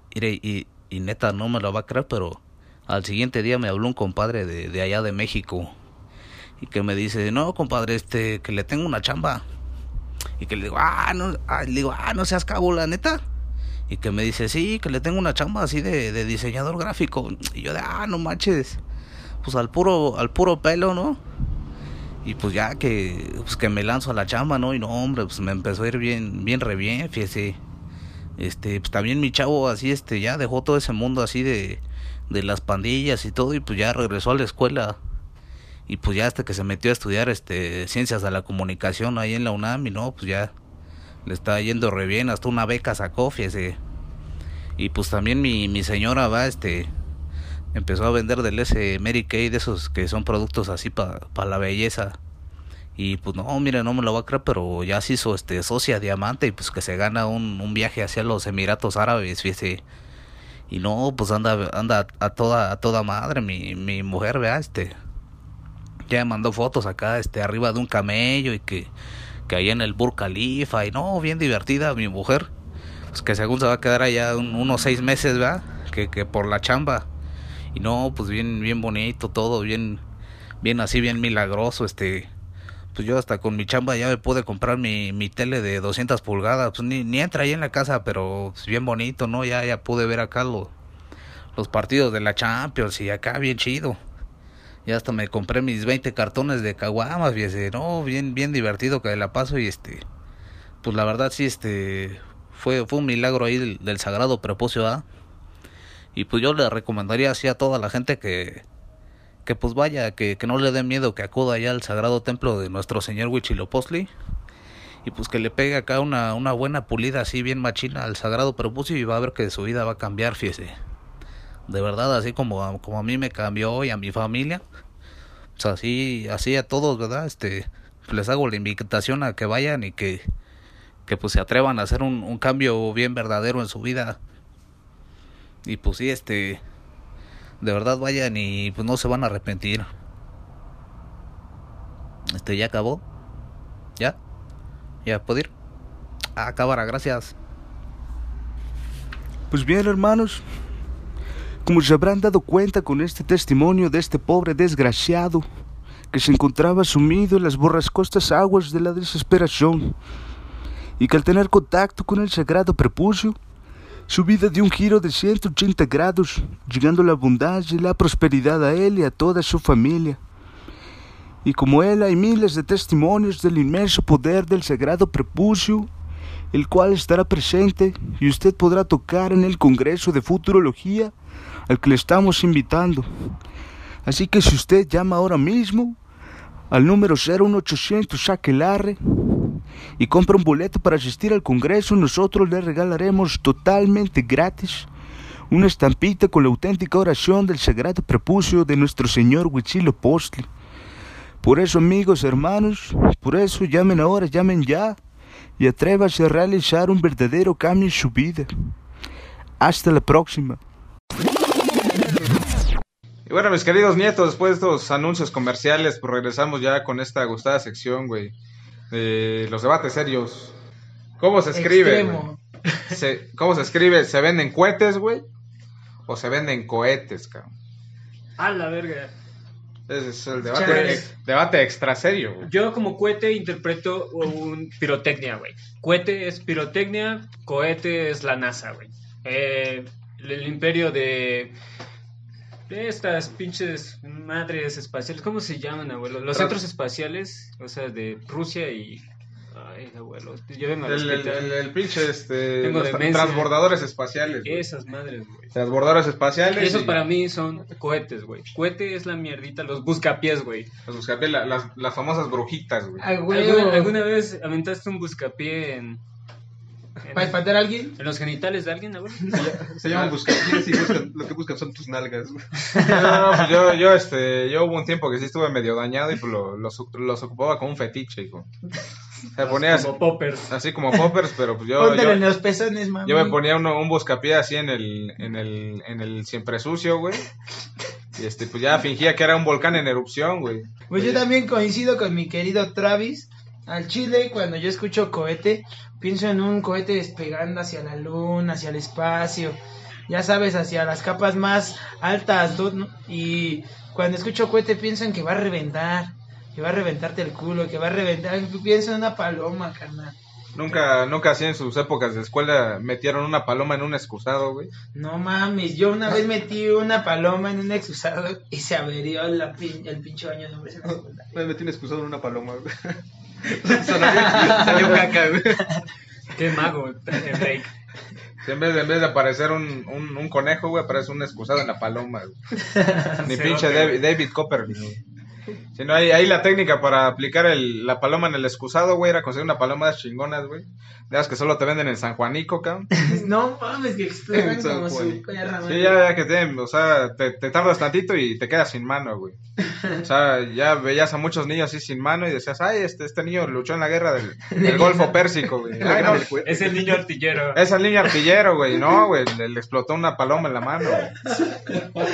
neta no me lo va a creer, pero al siguiente día me habló un compadre de allá de México. Y que me dice, no, compadre, que le tengo una chamba. Y que le digo, no seas cabo, la neta. Y que me dice, sí, que le tengo una chamba así de diseñador gráfico. Y yo no manches, pues al puro pelo, ¿no? Y pues ya que me lanzo a la chamba, ¿no? Y no, hombre, pues me empezó a ir bien re bien, fíjese. Pues también mi chavo así, ya dejó todo ese mundo así de las pandillas y todo. Y pues ya regresó a la escuela. Y pues ya que se metió a estudiar ciencias de la comunicación ahí en la UNAM. Y no, pues ya le está yendo re bien, hasta una beca sacó, fíjese. Y pues también mi señora va, empezó a vender del Mary Kay, de esos que son productos así para la belleza. Y pues no, mire, no me lo va a creer, pero ya se hizo socia diamante y pues que se gana un viaje hacia los Emiratos Árabes, fíjese. Y no, pues anda a toda madre mi mujer, vea, ya me mandó fotos acá, arriba de un camello y que ahí en el Burj Khalifa, y no, bien divertida mi mujer, pues que según se va a quedar allá unos 6 meses, ¿verdad? Que por la chamba. Y no, pues bien bonito todo, bien así, bien milagroso, pues yo hasta con mi chamba ya me pude comprar mi tele de 200 pulgadas, pues ni entra ahí en la casa, pero pues bien bonito, ¿no? Ya pude ver acá los partidos de la Champions y acá bien chido. Ya hasta me compré mis 20 cartones de caguamas, fíjese, no, bien divertido que la paso. Y pues la verdad sí, fue un milagro ahí del sagrado prepucio, ¿ah? Y pues yo le recomendaría así a toda la gente que pues vaya, que no le dé miedo, que acuda allá al sagrado templo de nuestro señor Huitzilopochtli. Y pues que le pegue acá una buena pulida así bien machina al sagrado prepucio y va a ver que su vida va a cambiar, fíjese. De verdad, así como a mí me cambió y a mi familia, pues así a todos, ¿verdad? Les hago la invitación a que vayan y que pues se atrevan a hacer un cambio bien verdadero en su vida. Y pues sí, de verdad vayan y pues no se van a arrepentir. ¿Ya acabó? ¿Ya? ¿Ya puedo ir? Ah, cámara, gracias. Pues bien, hermanos, como se habrán dado cuenta con este testimonio de este pobre desgraciado que se encontraba sumido en las borrascosas aguas de la desesperación y que al tener contacto con el sagrado prepucio, su vida dio un giro de 180 grados, llegando la abundancia y la prosperidad a él y a toda su familia. Y como él hay miles de testimonios del inmenso poder del sagrado prepucio, el cual estará presente y usted podrá tocar en el Congreso de Futurología al que le estamos invitando. Así que si usted llama ahora mismo al número 01800 Aquelarre y compra un boleto para asistir al Congreso, nosotros le regalaremos totalmente gratis una estampita con la auténtica oración del sagrado prepucio de nuestro señor Huitzilopochtli. Por eso, amigos, hermanos, por eso llamen ahora, llamen ya y atrévase a realizar un verdadero cambio en su vida. Hasta la próxima. Y bueno, mis queridos nietos, después de estos anuncios comerciales, pues regresamos ya con esta gustada sección, güey, de los debates serios. ¿Cómo se escribe? Extremo. ¿Cómo se escribe? ¿Se venden cohetes, güey? ¿O se venden cohetes, cabrón? A la verga. Ese es el Chales. debate extra serio, güey. Yo como cohete interpreto un pirotecnia, güey. Cohete es pirotecnia, cohete es la NASA, güey. El imperio de estas pinches madres espaciales, ¿cómo se llaman, abuelo? Los centros espaciales, o sea, de Rusia y... Ay, abuelo, llévenme al hospital. El pinche, Tengo los demencia. transbordadores espaciales, güey. Esas madres, güey. Transbordadores espaciales. Esos y para mí son cohetes, güey. Cohete es la mierdita, los buscapiés, güey. los buscapiés, las famosas brujitas, güey. Ah, huevo. ¿Alguna vez aventaste un buscapié en ¿Para espantar a alguien? los genitales de alguien, abuelo? Se llaman buscapiés y lo que buscan son tus nalgas. No, pues yo hubo un tiempo que sí estuve medio dañado y pues los ocupaba como un fetiche, hijo. Se ponía Como poppers. así como poppers, pero pues Póntelo en los pezones, mami. yo me ponía un buscapié así en el siempre sucio, güey. Y pues ya fingía que era un volcán en erupción, güey. Pues yo también coincido con mi querido Travis. Al chile, cuando yo escucho cohete, pienso en un cohete despegando hacia la luna, hacia el espacio, ya sabes, hacia las capas más altas, ¿no? Y cuando escucho cohete pienso en que va a reventar, que va a reventarte el culo, que va a reventar, pienso en una paloma, carnal. Nunca así en sus épocas de escuela metieron una paloma en un excusado, güey. No mames, yo una vez metí una paloma en un excusado y se averió el pinche baño de hombres en la escuela. Me metí un excusado en una paloma, güey. Salió caca, güey. Qué mago, Drake. En vez de aparecer un conejo, güey, aparece un excusado en la paloma, güey. Ni pinche David Copperfield, güey. Si no, ahí la técnica para aplicar la paloma en el excusado, güey, era conseguir una paloma de chingonas, güey. De las que solo te venden en San Juanico, cabrón. No mames, que explotan como su perra, Sí, ya que o sea, te tardas tantito y te quedas sin mano, güey. O sea, ya veías a muchos niños así sin mano y decías, ay, este niño luchó en la guerra del Golfo Pérsico, güey. Ay, no, Es el niño artillero. es el niño artillero, güey. No, güey, le explotó una paloma en la mano, güey.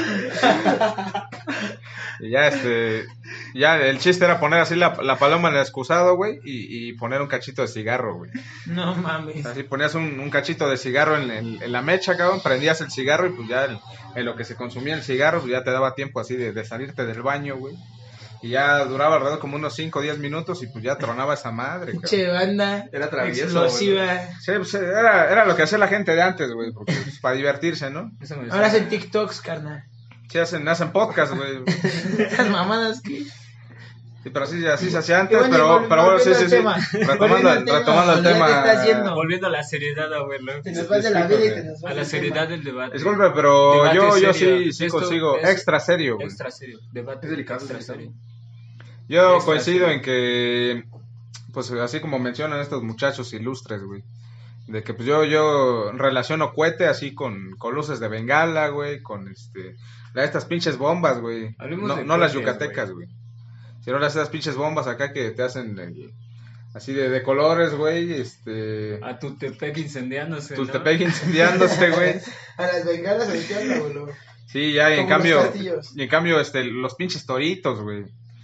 Y ya el chiste era poner así la paloma en el excusado, güey, y poner un cachito de cigarro, güey. No mames. Así ponías un cachito de cigarro en la mecha, cabrón, prendías el cigarro y pues ya en lo que se consumía el cigarro, pues ya te daba tiempo así de salirte del baño, güey. Y ya duraba alrededor como unos 5 o 10 minutos y pues ya tronaba esa madre, cabrón. Che, banda. Era travieso, Explosiva. Sí, pues era lo que hacía la gente de antes, güey, porque pues, para divertirse, ¿no? Ahora hacen TikToks, carnal. Sí, hacen podcast, güey. Esas mamadas que... Sí, pero así se hacía antes, Y bueno, pero bueno, sí. volviendo al tema. Retomando el Ya te estás yendo. tema. Volviendo a la seriedad, abuelo. Se nos va de la vida y se nos va A la del seriedad tema. del debate. Disculpe, pero Debate yo serio. sí Esto consigo es extra serio, güey. Extra serio. Debate Es delicado, extra es delicado. serio. Yo Extra coincido serio. en que, pues así como mencionan estos muchachos ilustres, güey, de que pues yo relaciono cohete así con luces de bengala, güey, con estas pinches bombas, güey. Hablemos de No las cohetes, yucatecas, güey. Sino esas pinches bombas acá que te hacen así de colores, güey, A Tutepec incendiándose, ¿no? Tultepec incendiándose, güey. A las bengalas se entiende, boludo. Sí, ya, y en Como los cambio, castillos. los pinches toritos, güey.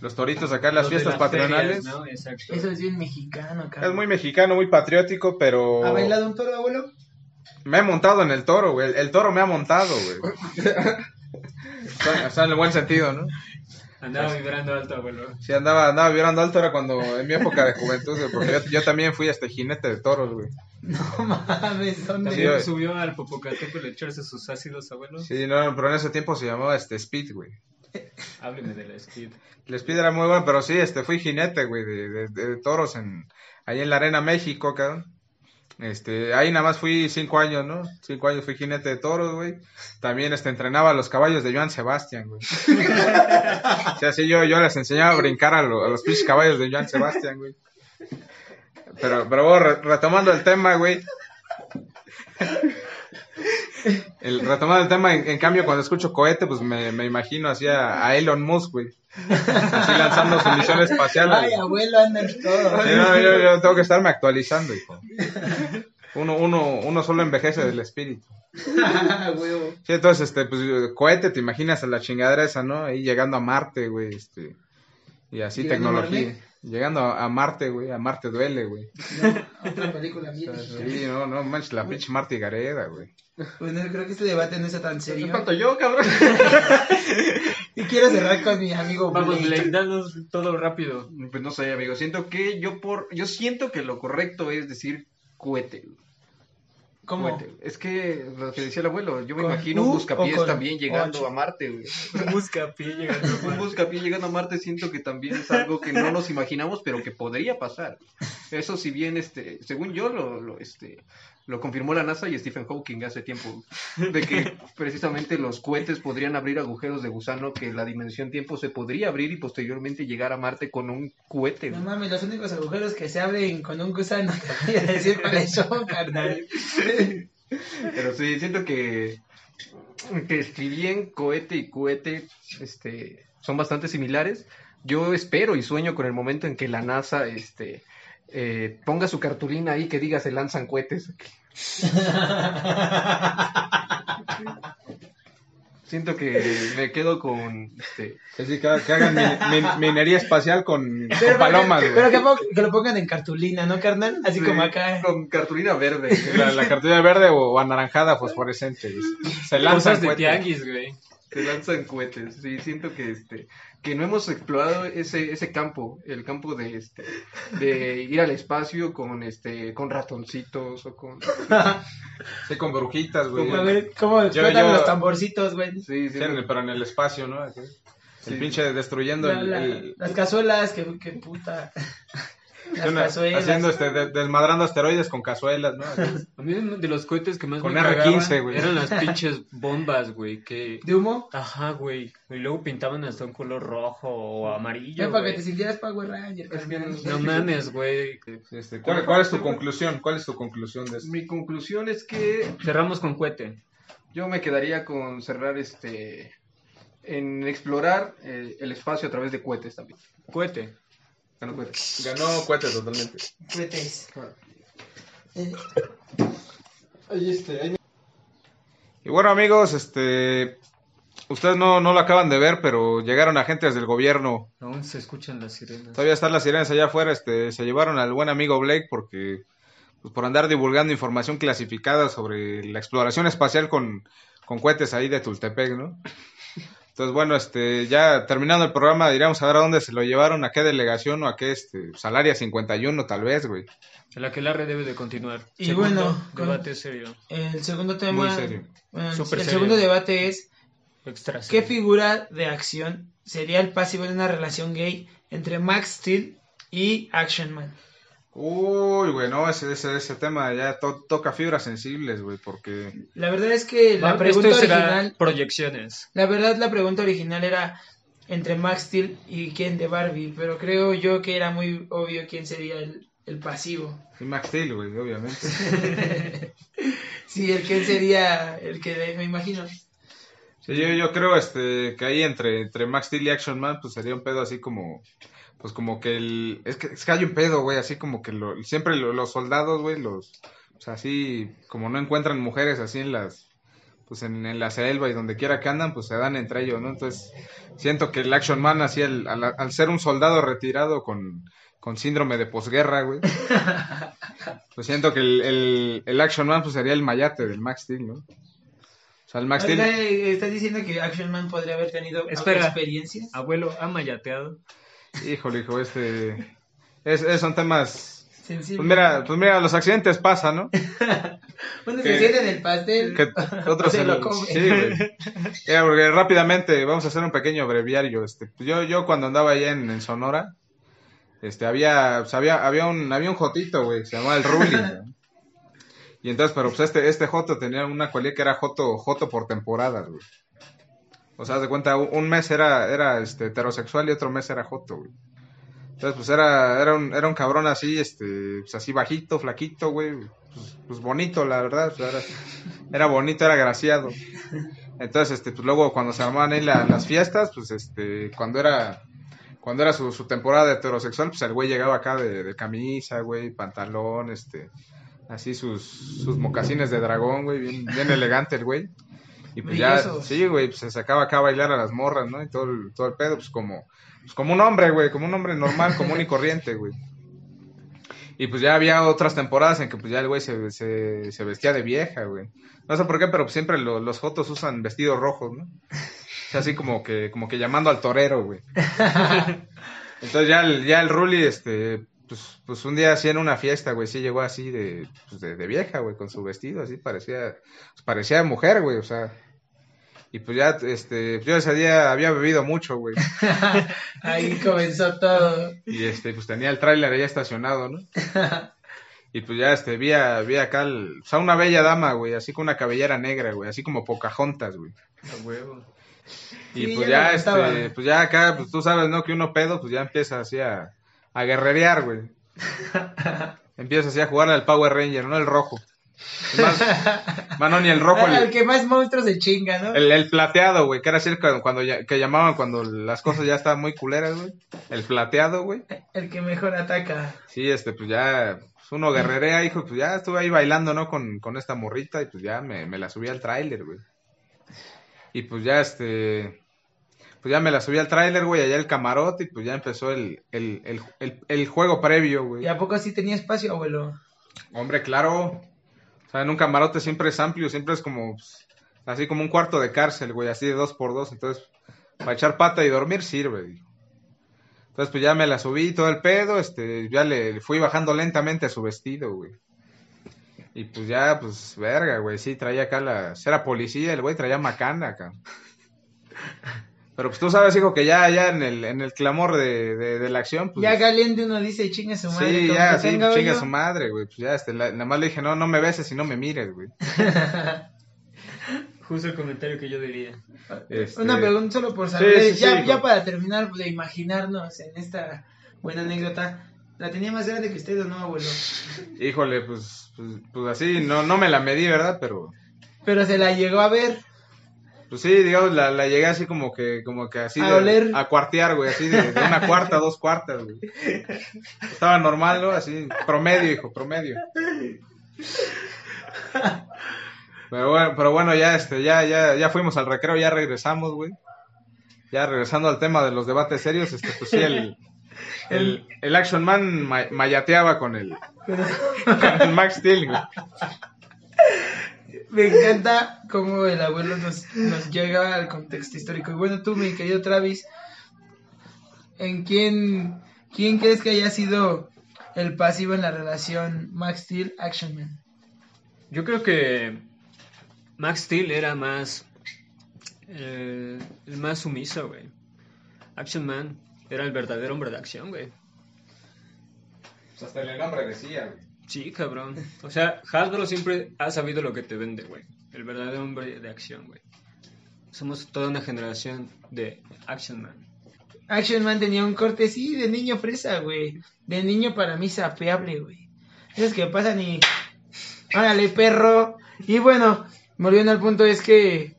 Los toritos acá en las Los de fiestas las patronales. ferias, ¿no? Exacto. Eso es bien mexicano, cabrón. Es muy mexicano, muy patriótico, pero... ¿Ha bailado un toro, abuelo? Me he montado en el toro, güey. El toro me ha montado, güey. Está en el buen sentido, ¿no? Andaba vibrando alto, abuelo. Sí, andaba vibrando alto, era cuando, en mi época de juventud, güey, porque yo también fui jinete de toros, güey. No mames, ¿dónde? Sí, güey. Subió al Popocatépetl a echarse sus ácidos, abuelo. Sí, no, pero en ese tiempo se llamaba Speed, güey. Hábleme de la Speed. El Speed era muy bueno, pero sí, fui jinete, güey, de toros ahí en la Arena México, cabrón. Ahí nada más fui 5 años, ¿no? 5 años fui jinete de toros, güey. También, entrenaba a los caballos de Joan Sebastián, güey. O sea, sí, yo les enseñaba a brincar a los pinches caballos de Joan Sebastián, güey. Pero bueno, retomando el tema, güey. Retomando el tema, en cambio, cuando escucho cohete, pues me imagino así a Elon Musk, güey. Así lanzando su misión espacial. Ay, abuelo, anda en todo. Sí, no, yo tengo que estarme actualizando, hijo. Uno solo envejece del espíritu. Huevo. Sí, entonces, pues, cohete, te imaginas a la chingadera esa, ¿no? Ahí llegando a Marte, güey, y así ¿Llegando a tecnología. Marte? Llegando a Marte, güey, a Marte duele, güey. No, otra película bien. Sí, no manches, la pinche Marta y Gareda, güey. Bueno, creo que este debate no está tan serio. ¿Cuánto yo, cabrón? Y quiero cerrar con mi amigo Vamos, Blake. Blake, danos todo rápido. Pues no sé, amigo. Siento que yo siento que lo correcto es decir cohete. ¿Cómo? Cohete. Es que lo que decía el abuelo, yo me ¿Con imagino U un o buscapiés con también llegando H? a Marte, güey. Busca pie llegando. Un buscapiés llegando a Marte siento que también es algo que no nos imaginamos, pero que podría pasar. Eso si bien, según yo, lo confirmó la NASA y Stephen Hawking hace tiempo, de que precisamente los cohetes podrían abrir agujeros de gusano, que la dimensión tiempo se podría abrir y posteriormente llegar a Marte con un cohete. No güey. mames, los únicos agujeros que se abren con un gusano, te voy a decir cuáles son, carnal. Pero sí, siento que si bien cohete y cohete son bastante similares, yo espero y sueño con el momento en que la NASA ponga su cartulina ahí que diga se lanzan cohetes. Siento que me quedo con Así que hagan minería espacial con Pero palomas, güey. Pero que lo pongan en cartulina, ¿no, carnal? Así sí, como acá. con cartulina verde. La cartulina verde o anaranjada fosforescente. Se lanzan Cosas de cohetes. tianguis, güey. Se lanzan cohetes. Sí, siento que no hemos explorado ese campo, el campo de ir al espacio con ratoncitos o con Sí, con brujitas, güey. A ver cómo explotan yo- los tamborcitos, güey. sí, Sí, pero en el espacio, ¿no? Así. El pinche destruyendo Las cazuelas, que puta. Las una- cazuelas. haciendo desmadrando asteroides con cazuelas, ¿no? Así. A mí de los cohetes que más Con me R15, cagaban güey. eran las pinches bombas, güey, que... ¿De humo? Ajá, güey. Y luego pintaban hasta un color rojo o amarillo, Ya para que güey. te sintieras Power Ranger, carnal. No mames, güey. ¿Cuál es tu conclusión? ¿Cuál es tu conclusión de esto? Mi conclusión es que Cerramos con cohete. yo me quedaría con cerrar en explorar el espacio a través de cohetes también. Cohete. Ganó cohetes. Ganó cohetes totalmente. Cohetes. Y bueno, amigos, ustedes no lo acaban de ver, pero llegaron agentes del gobierno. Aún se escuchan las sirenas. Todavía están las sirenas allá afuera. Se llevaron al buen amigo Blake porque, pues, por andar divulgando información clasificada sobre la exploración espacial con cohetes ahí de Tultepec, ¿no? Entonces, bueno, ya terminando el programa, diríamos a ver a dónde se lo llevaron, a qué delegación o a qué, Salaria 51, tal vez, güey. El aquelarre debe de continuar. Y Segundo bueno, con- debate serio. El segundo tema. Muy serio. Bueno, Súper el serio. segundo debate es: Extra ¿qué serio. figura de acción sería el pasivo de una relación gay entre Max Steel y Action Man? Uy, güey, no, ese tema ya toca fibras sensibles, güey, porque... La verdad es que la Esto pregunta será original. proyecciones. La verdad, la pregunta original era entre Max Steel y Ken de Barbie, pero creo yo que era muy obvio quién sería el pasivo. Sí, Max Steel, güey, obviamente. Sí, el Ken sería el que me imagino. Sí, yo creo que ahí entre Max Steel y Action Man, pues sería un pedo así como... Pues como que es que hay un pedo, güey, así como que siempre los soldados, güey, o sea, así como no encuentran mujeres así en las pues en la selva y donde quiera que andan, pues se dan entre ellos, ¿no? Entonces, siento que el Action Man, así, al ser un soldado retirado con síndrome de posguerra, güey, pues siento que el Action Man, pues sería el mayate del Max Steel, ¿no? O sea, el Max Steel... ¿Estás diciendo que Action Man podría haber tenido experiencias? Abuelo, ¿ha mayateado? Híjole, hijo, son temas... Sensible. Pues mira, los accidentes pasan, ¿no? Uno se siente en el pastel, que otros se lo come. Sí, güey. Porque rápidamente vamos a hacer un pequeño breviario. Yo cuando andaba allá en Sonora, había un jotito, güey, se llamaba el Ruli, ¿no? Y entonces, pero pues este joto tenía una cualidad que era joto por temporadas, güey. O sea, haz de cuenta, un mes era heterosexual y otro mes era joto, güey. Entonces, pues era un cabrón así, pues así bajito, flaquito, güey, pues bonito, la verdad, pues era bonito, era agraciado. Entonces, pues luego cuando se armaban ahí las fiestas, pues cuando era su temporada de heterosexual, pues el güey llegaba acá de camisa, güey, pantalón, así sus mocasines de dragón, güey, bien elegante el güey. Y pues Brillosos. ya, sí, güey, pues se sacaba acá a bailar a las morras, ¿no? Y todo el pedo, pues como un hombre, güey, como un hombre normal, común y corriente, güey. Y pues ya había otras temporadas en que pues ya el güey se vestía de vieja, güey. No sé por qué, pero pues siempre los jotos usan vestidos rojos, ¿no? O sea, así como que llamando al torero, güey. Entonces ya el Ruli, pues un día así en una fiesta, güey, sí llegó así de vieja, güey, con su vestido, así parecía mujer, güey, o sea. Y pues ya, yo ese día había bebido mucho, güey. Ahí comenzó todo. Y pues tenía el tráiler ahí estacionado, ¿no? Y pues ya, vi acá, o sea, una bella dama, güey, así con una cabellera negra, güey, así como Pocahontas, güey. A huevo. Y Sí, pues ya ya, lo contaba. pues ya acá, pues tú sabes, ¿no? Que uno pedo, pues ya empieza así a guerrerear, güey. Empieza así a jugar al Power Ranger, ¿no? El rojo. Mano, ni el rojo. El que más monstruos se chinga, ¿no? El plateado, güey, que era así que llamaban cuando las cosas ya estaban muy culeras, güey. El plateado, güey. El que mejor ataca. Sí, pues ya, pues uno guerrerea, hijo, pues ya estuve ahí bailando, ¿no? Con esta morrita y pues ya me la subí al tráiler, güey. Y pues ya, pues ya me la subí al tráiler, güey, allá el camarote y pues ya empezó el juego previo, güey. ¿Y a poco sí tenía espacio, abuelo? Hombre, claro. O sea, en un camarote siempre es amplio, siempre es como, pues, así como un cuarto de cárcel, güey, así de 2x2. Entonces, para echar pata y dormir sirve, digo. Entonces, pues ya me la subí y todo el pedo, ya le fui bajando lentamente a su vestido, güey. Y pues ya, pues, verga, güey, sí, traía acá era policía, el güey traía macana acá. Pero pues tú sabes, hijo, que ya en el clamor de la acción, pues... Ya caliente uno dice, chinga su madre. Sí, como ya, que sí, tenga chinga hoyo. su madre, güey. Pues ya, nada más le dije, no me beses y no me mires, güey. Justo el comentario que yo diría. Una pregunta solo por saber, Sí, ya para terminar de imaginarnos en esta buena anécdota, ¿la tenía más grande que usted o no, abuelo? Híjole, pues así, no me la medí, ¿verdad? Pero se la llegó a ver. Pues sí, digamos, la llegué así como que así A oler. a cuartear, güey, así de una cuarta, 2 cuartas, güey. Estaba normal, ¿no? Así, promedio, hijo, promedio. Pero bueno, ya ya fuimos al recreo, ya regresamos, güey. Ya regresando al tema de los debates serios, pues sí, el Action Man mayateaba con el Max Steel, güey. Me encanta cómo el abuelo nos llega al contexto histórico. Y bueno, tú, mi querido Travis, ¿en quién crees que haya sido el pasivo en la relación Max Steel Action Man? Yo creo que Max Steel era más el más sumiso, güey. Action Man era el verdadero hombre de acción, güey. Pues hasta el nombre decía, güey. Sí, cabrón. O sea, Hasbro siempre ha sabido lo que te vende, güey. El verdadero hombre de acción, güey. Somos toda una generación de Action Man. Action Man tenía un corte, sí, de niño fresa, güey. De niño para mí sapeable, güey. Esos que pasan y... ¡Órale, perro! Y bueno, volviendo al punto, es que...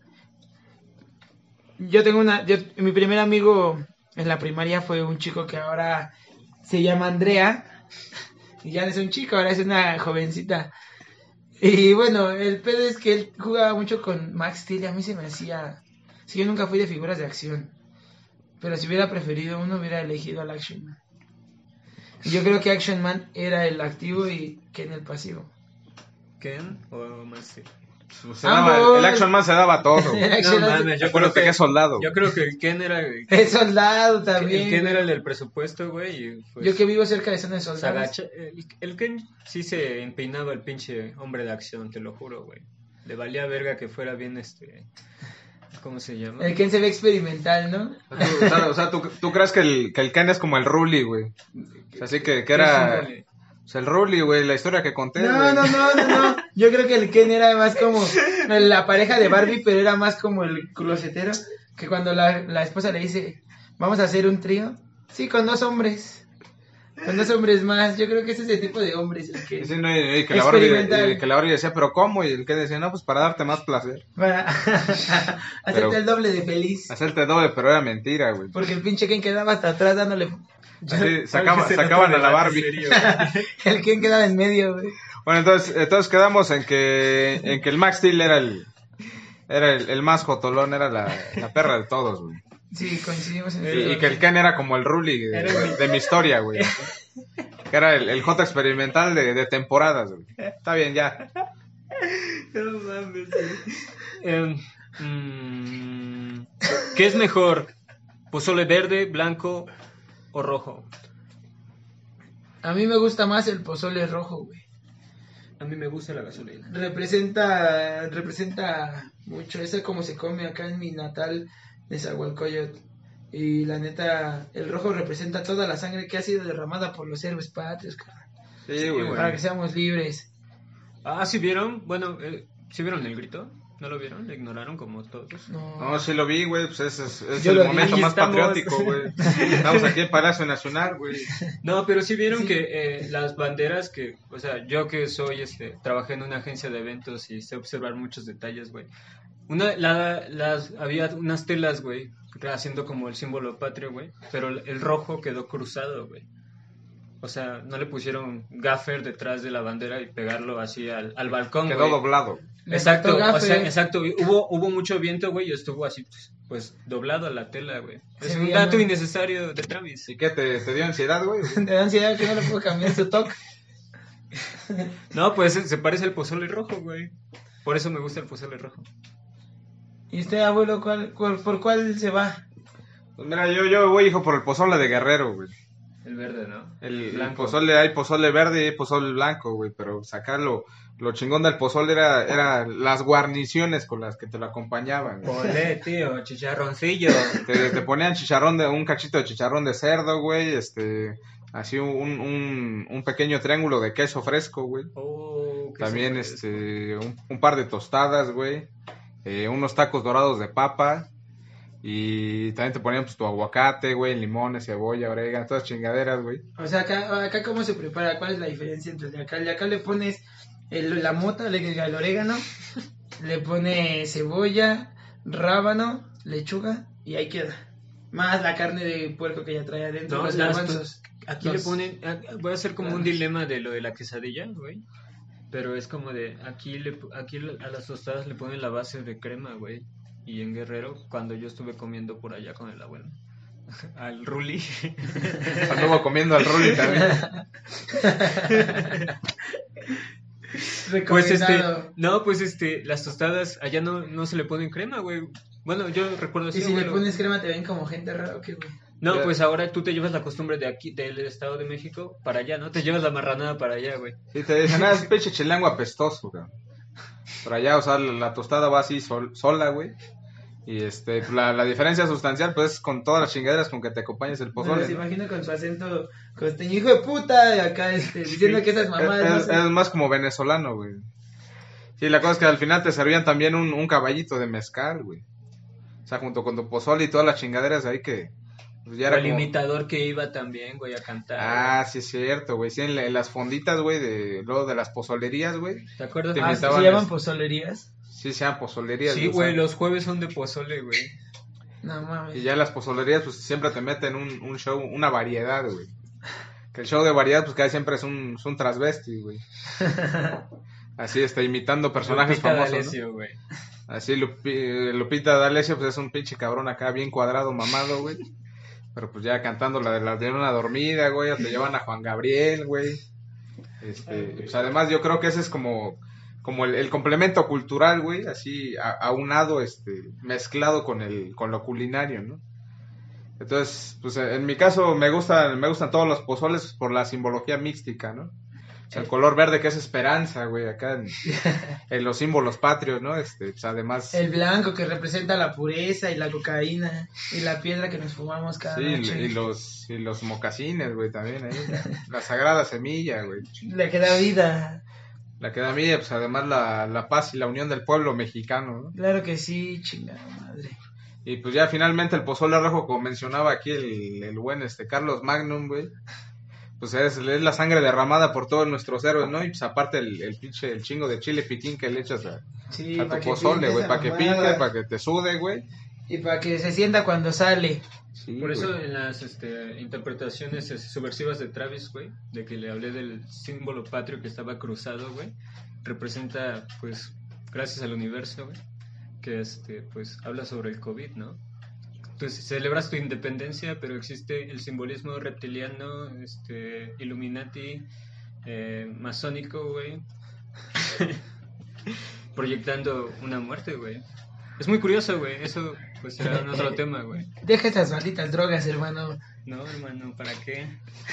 mi primer amigo en la primaria fue un chico que ahora se llama Andrea. Y ya no es un chico, ahora es una jovencita. Y bueno, el pedo es que él jugaba mucho con Max Steel y a mí se me hacía... Sí, yo nunca fui de figuras de acción. Pero si hubiera preferido uno, hubiera elegido al Action Man. Y yo creo que Action Man era el activo y Ken el pasivo. ¿Ken o Max Steel? El Action Man se daba todo. No mames, yo creo que es soldado. Yo creo que el Ken era... Es soldado también. El Ken era el del presupuesto, güey. Y pues, yo que vivo cerca de zona de soldados. El Ken sí se empeinaba el pinche hombre de acción, te lo juro, güey. Le valía verga que fuera bien ¿cómo se llama? El Ken se ve experimental, ¿no? O sea, ¿tú crees que el Ken es como el Ruli, güey? O sea, así que era... O sea, el Ruli, güey, la historia que conté, No. Yo creo que el Ken era más como la pareja de Barbie, pero era más como el closetero. Que cuando la esposa le dice, vamos a hacer un trío. Sí, con 2 hombres. Con 2 hombres más. Yo creo que es ese tipo de hombres el que... Sí, y que la Barbie decía, ¿pero cómo? Y el Ken decía, no, pues para darte más placer. Para hacerte el doble de feliz. Hacerte el doble, pero era mentira, güey. Porque el pinche Ken quedaba hasta atrás dándole... Así, sacaban a la Barbie. El Ken quedaba en medio, güey. Bueno, entonces quedamos en que el Max Steel era el más jotolón, era la perra de todos, güey. Sí, coincidimos en eso. Y que el Ken era como el Ruli de mi historia, güey. Que era el J experimental de temporadas, güey. Está bien, ya. No mames. ¿Qué es mejor? ¿Pozole verde, blanco o rojo? A mí me gusta más el pozole rojo, güey. A mí me gusta la gasolina. Representa mucho. Eso es como se come acá en mi natal de Zahualcóyotl. Y la neta, el rojo representa toda la sangre que ha sido derramada por los héroes patrios, carnal. Sí, güey. Para que seamos libres. Ah, ¿sí vieron? Bueno, ¿sí vieron el grito? ¿No lo vieron? ¿Le ignoraron como todos? No, sí lo vi, güey. Pues es el momento más patriótico, güey. Estamos aquí en Palacio Nacional, güey. No, pero sí vieron que las banderas que... O sea, yo que soy, trabajé en una agencia de eventos y sé observar muchos detalles, güey. Había unas telas, güey, haciendo como el símbolo patrio, güey. Pero el rojo quedó cruzado, güey. O sea, no le pusieron gaffer detrás de la bandera y pegarlo así al balcón, quedó doblado. Exacto, o sea, exacto. Hubo mucho viento, güey, y estuvo así, pues doblado a la tela, güey. Es un dato innecesario de Travis. ¿Y qué, te dio ansiedad, güey? Te da ansiedad que no le puedo cambiar su toque. No, pues se parece al pozole rojo, güey. Por eso me gusta el pozole rojo. ¿Y usted, abuelo, por cuál se va? Pues mira, yo voy, hijo, por el pozole de Guerrero, güey. El verde, ¿no? El pozole, hay pozole verde y hay pozole blanco, güey, pero sacarlo, lo chingón del pozole era las guarniciones con las que te lo acompañaban. Olé, tío, chicharroncillo. Te ponían un cachito de chicharrón de cerdo, güey, así un pequeño triángulo de queso fresco, güey. También, un par de tostadas, güey, unos tacos dorados de papa. Y también te ponían pues tu aguacate, güey, limones, cebolla, orégano, todas chingaderas, güey. O sea, acá ¿cómo se prepara? ¿Cuál es la diferencia entre el de acá? El de acá le pones la mota, el orégano, le pones cebolla, rábano, lechuga y ahí queda. Más la carne de puerco que ya trae adentro, no, los garbanzos. Aquí le ponen, voy a hacer como un dilema de lo de la quesadilla, güey. Pero es como de, aquí a las tostadas le ponen la base de crema, güey. Y en Guerrero, cuando yo estuve comiendo por allá con el abuelo, al Ruli. Anduvo comiendo al Ruli también. Pues las tostadas allá no se le ponen crema, güey. Bueno, yo recuerdo así. ¿Y si le pones crema te ven como gente rara o qué, güey? No, pues ahora tú te llevas la costumbre de aquí, del Estado de México, para allá, ¿no? Te llevas la marranada para allá, güey. Sí, te dicen, es pinche chilango apestoso, güey. Por allá, o sea, la tostada va así sola, güey. Y la diferencia sustancial, pues, con todas las chingaderas con que te acompañes el pozole. Se imagina con su acento costeño, hijo de puta, y acá diciendo que esas mamadas. Es más como venezolano, güey. Sí, la cosa es que al final te servían también un caballito de mezcal, güey. O sea, junto con tu pozole y todas las chingaderas ahí que... Pues ya era el imitador que iba también, güey, a cantar. Ah, sí es cierto, güey. Sí, en las fonditas, güey, luego de las pozolerías, güey. ¿Te acuerdas? ¿Se llaman pozolerías? Sí, se llaman pozolerías. Sí, güey, los jueves son de pozole, güey. No mames. Y ya en las pozolerías, pues siempre te meten un show, una variedad, güey. Que el show de variedad, pues casi siempre es un transvesti, güey. Así, imitando personajes Lupita famosos, D'Alessio, ¿no? güey. Así, Lupita D'Alessio, pues es un pinche cabrón acá, bien cuadrado, mamado, güey. Pero pues ya cantando la de una dormida, güey, o te llevan a Juan Gabriel, güey. Pues además yo creo que ese es como el complemento cultural, güey, así aunado, mezclado con lo culinario, ¿no? Entonces, pues en mi caso me gustan todos los pozoles por la simbología mística, ¿no? O sea, el color verde que es esperanza, güey, acá en los símbolos patrios, ¿no? Pues además... El blanco que representa la pureza y la cocaína y la piedra que nos fumamos cada noche. Y los mocasines, güey, también ahí. La sagrada semilla, güey. La que da vida. La que da vida, pues además la paz y la unión del pueblo mexicano, ¿no? Claro que sí, chingada madre. Y pues ya finalmente el pozole rojo, como mencionaba aquí el buen Carlos Magnum, güey. Pues es la sangre derramada por todos nuestros héroes, ¿no? Y pues aparte el chingo de chile piquín que le echas a tu pozole, güey, para que pinte, para que te sude, güey. Y para que se sienta cuando sale. Sí, por eso güey. en las interpretaciones subversivas de Travis, güey, de que le hablé del símbolo patrio que estaba cruzado, güey, representa, pues, gracias al universo, güey, que pues habla sobre el COVID, ¿no? Entonces celebras tu independencia, pero existe el simbolismo reptiliano, Illuminati, masónico, güey, proyectando una muerte, güey. Es muy curioso, güey, eso pues será un otro tema, güey. Deja estas malditas drogas, hermano. No, hermano, ¿para qué?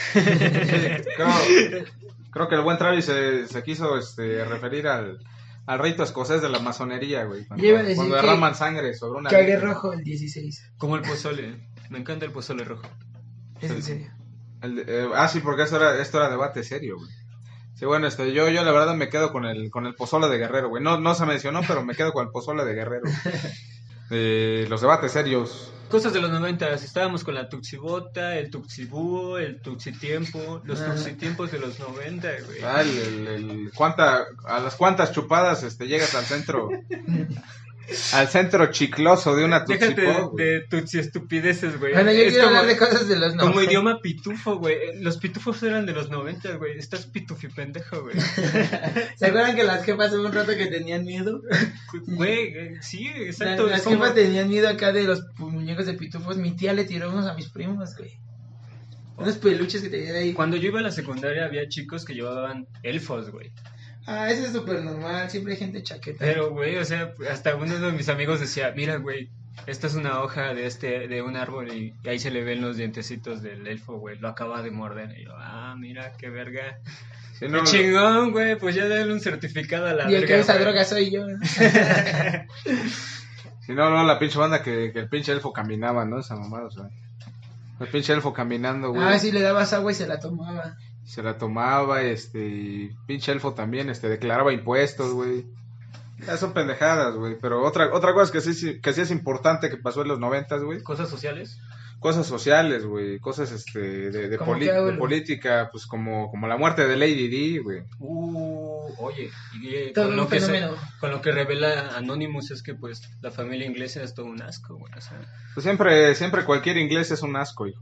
Creo que el buen Travis se quiso referir al rito escocés de la masonería, güey. Cuando derraman sangre sobre una... Cague rojo el 16. Como el pozole. Me encanta el pozole rojo. Es en serio. Sí, porque esto era debate serio, güey. Sí, bueno, yo la verdad me quedo con el pozole de Guerrero, güey. No se mencionó, pero me quedo con el pozole de Guerrero. Los debates serios. Cosas de los 90, estábamos con la Tuxibota, el Tuxibúo, el Tuxitiempo, los Tuxitiempos de los 90, güey. A las cuantas chupadas llegas al centro chicloso de una Tuxipop. Déjate de Tuxi estupideces, güey. Bueno, yo quiero hablar de cosas de los 90. Como idioma pitufo, güey. Los pitufos eran de los 90, güey. Estás pitufi pendejo, güey. ¿Se acuerdan que las jefas hubo un rato que tenían miedo? Güey, sí, exacto. Las jefas tenían miedo acá de los muñecos de pitufos. Mi tía le tiró unos a mis primos, güey. Unos peluches que tenían ahí. Cuando yo iba a la secundaria había chicos que llevaban elfos, güey. Eso es súper normal, siempre hay gente chaqueta. Pero, güey, o sea, hasta uno de mis amigos decía, mira, güey, esta es una hoja de un árbol y ahí se le ven los dientecitos del elfo, güey, lo acaba de morder. Y yo, mira, qué verga. Sí, no, qué chingón, güey, pues ya denle un certificado a la verga. Y el que usa droga soy yo. Si no, la pinche banda que el pinche elfo caminaba, ¿no? Esa mamada, o sea. El pinche elfo caminando, güey. Sí, le dabas agua y se la tomaba. Y pinche elfo también, declaraba impuestos, güey. Ya son pendejadas, güey. Pero otra cosa que sí es importante que pasó en los 90s, güey. ¿Cosas sociales? Cosas sociales, güey. Cosas, de política, pues como la muerte de Lady Di, güey. Oye, y todo un fenómeno. Con lo que revela Anonymous es que, pues, la familia inglesa es todo un asco, güey. O sea... Pues siempre cualquier inglés es un asco, hijo.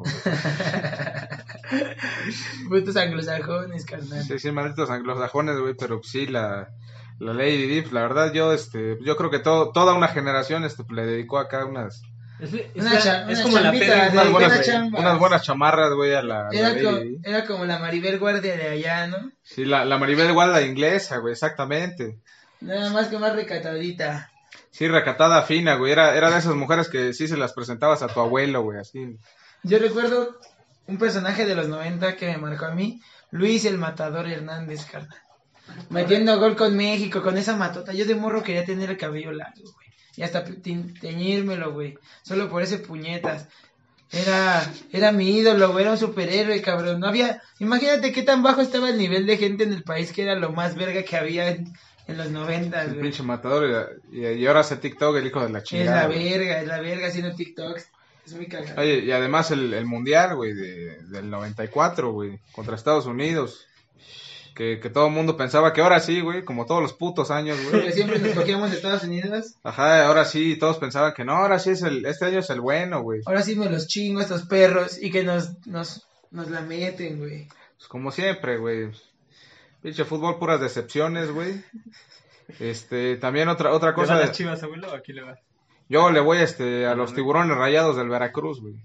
Putos anglosajones, carnal. Sí, malditos anglosajones, güey, pero sí, la Lady Di, la verdad, yo creo que toda una generación, le dedicó acá unas... Es como la peda, unas buenas chamarras, güey, a la era como la Maribel Guardia de allá, ¿no? Sí, la Maribel Guardia inglesa, güey, exactamente. Nada más que más recatadita. Sí, recatada fina, güey, era de esas mujeres que sí se las presentabas a tu abuelo, güey, así. Yo recuerdo un personaje de los 90 que me marcó a mí, Luis el Matador Hernández, carnal. Metiendo gol con México, con esa matota. Yo de morro quería tener el cabello largo, güey. Y hasta teñírmelo, güey. Solo por ese puñetas. Era mi ídolo, güey. Era un superhéroe, cabrón. No había... Imagínate qué tan bajo estaba el nivel de gente en el país que era lo más verga que había en los 90, güey. El pinche Matador. Y ahora hace TikTok, el hijo de la chingada. Es la verga haciendo TikToks. Es muy cagado. Oye, y además el mundial, güey, del 94, güey. Contra Estados Unidos. Que todo el mundo pensaba que ahora sí, güey, como todos los putos años, güey. Porque siempre nos cogíamos de Estados Unidos. Ajá, ahora sí, todos pensaban que no, ahora sí este año es el bueno, güey. Ahora sí me los chingo estos perros y que nos la meten, güey. Pues como siempre, güey. Pinche fútbol, puras decepciones, güey. También otra ¿Le cosa. van las Chivas, abuelo? ¿Aquí le va? Yo le voy a los Tiburones Rayados del Veracruz, güey.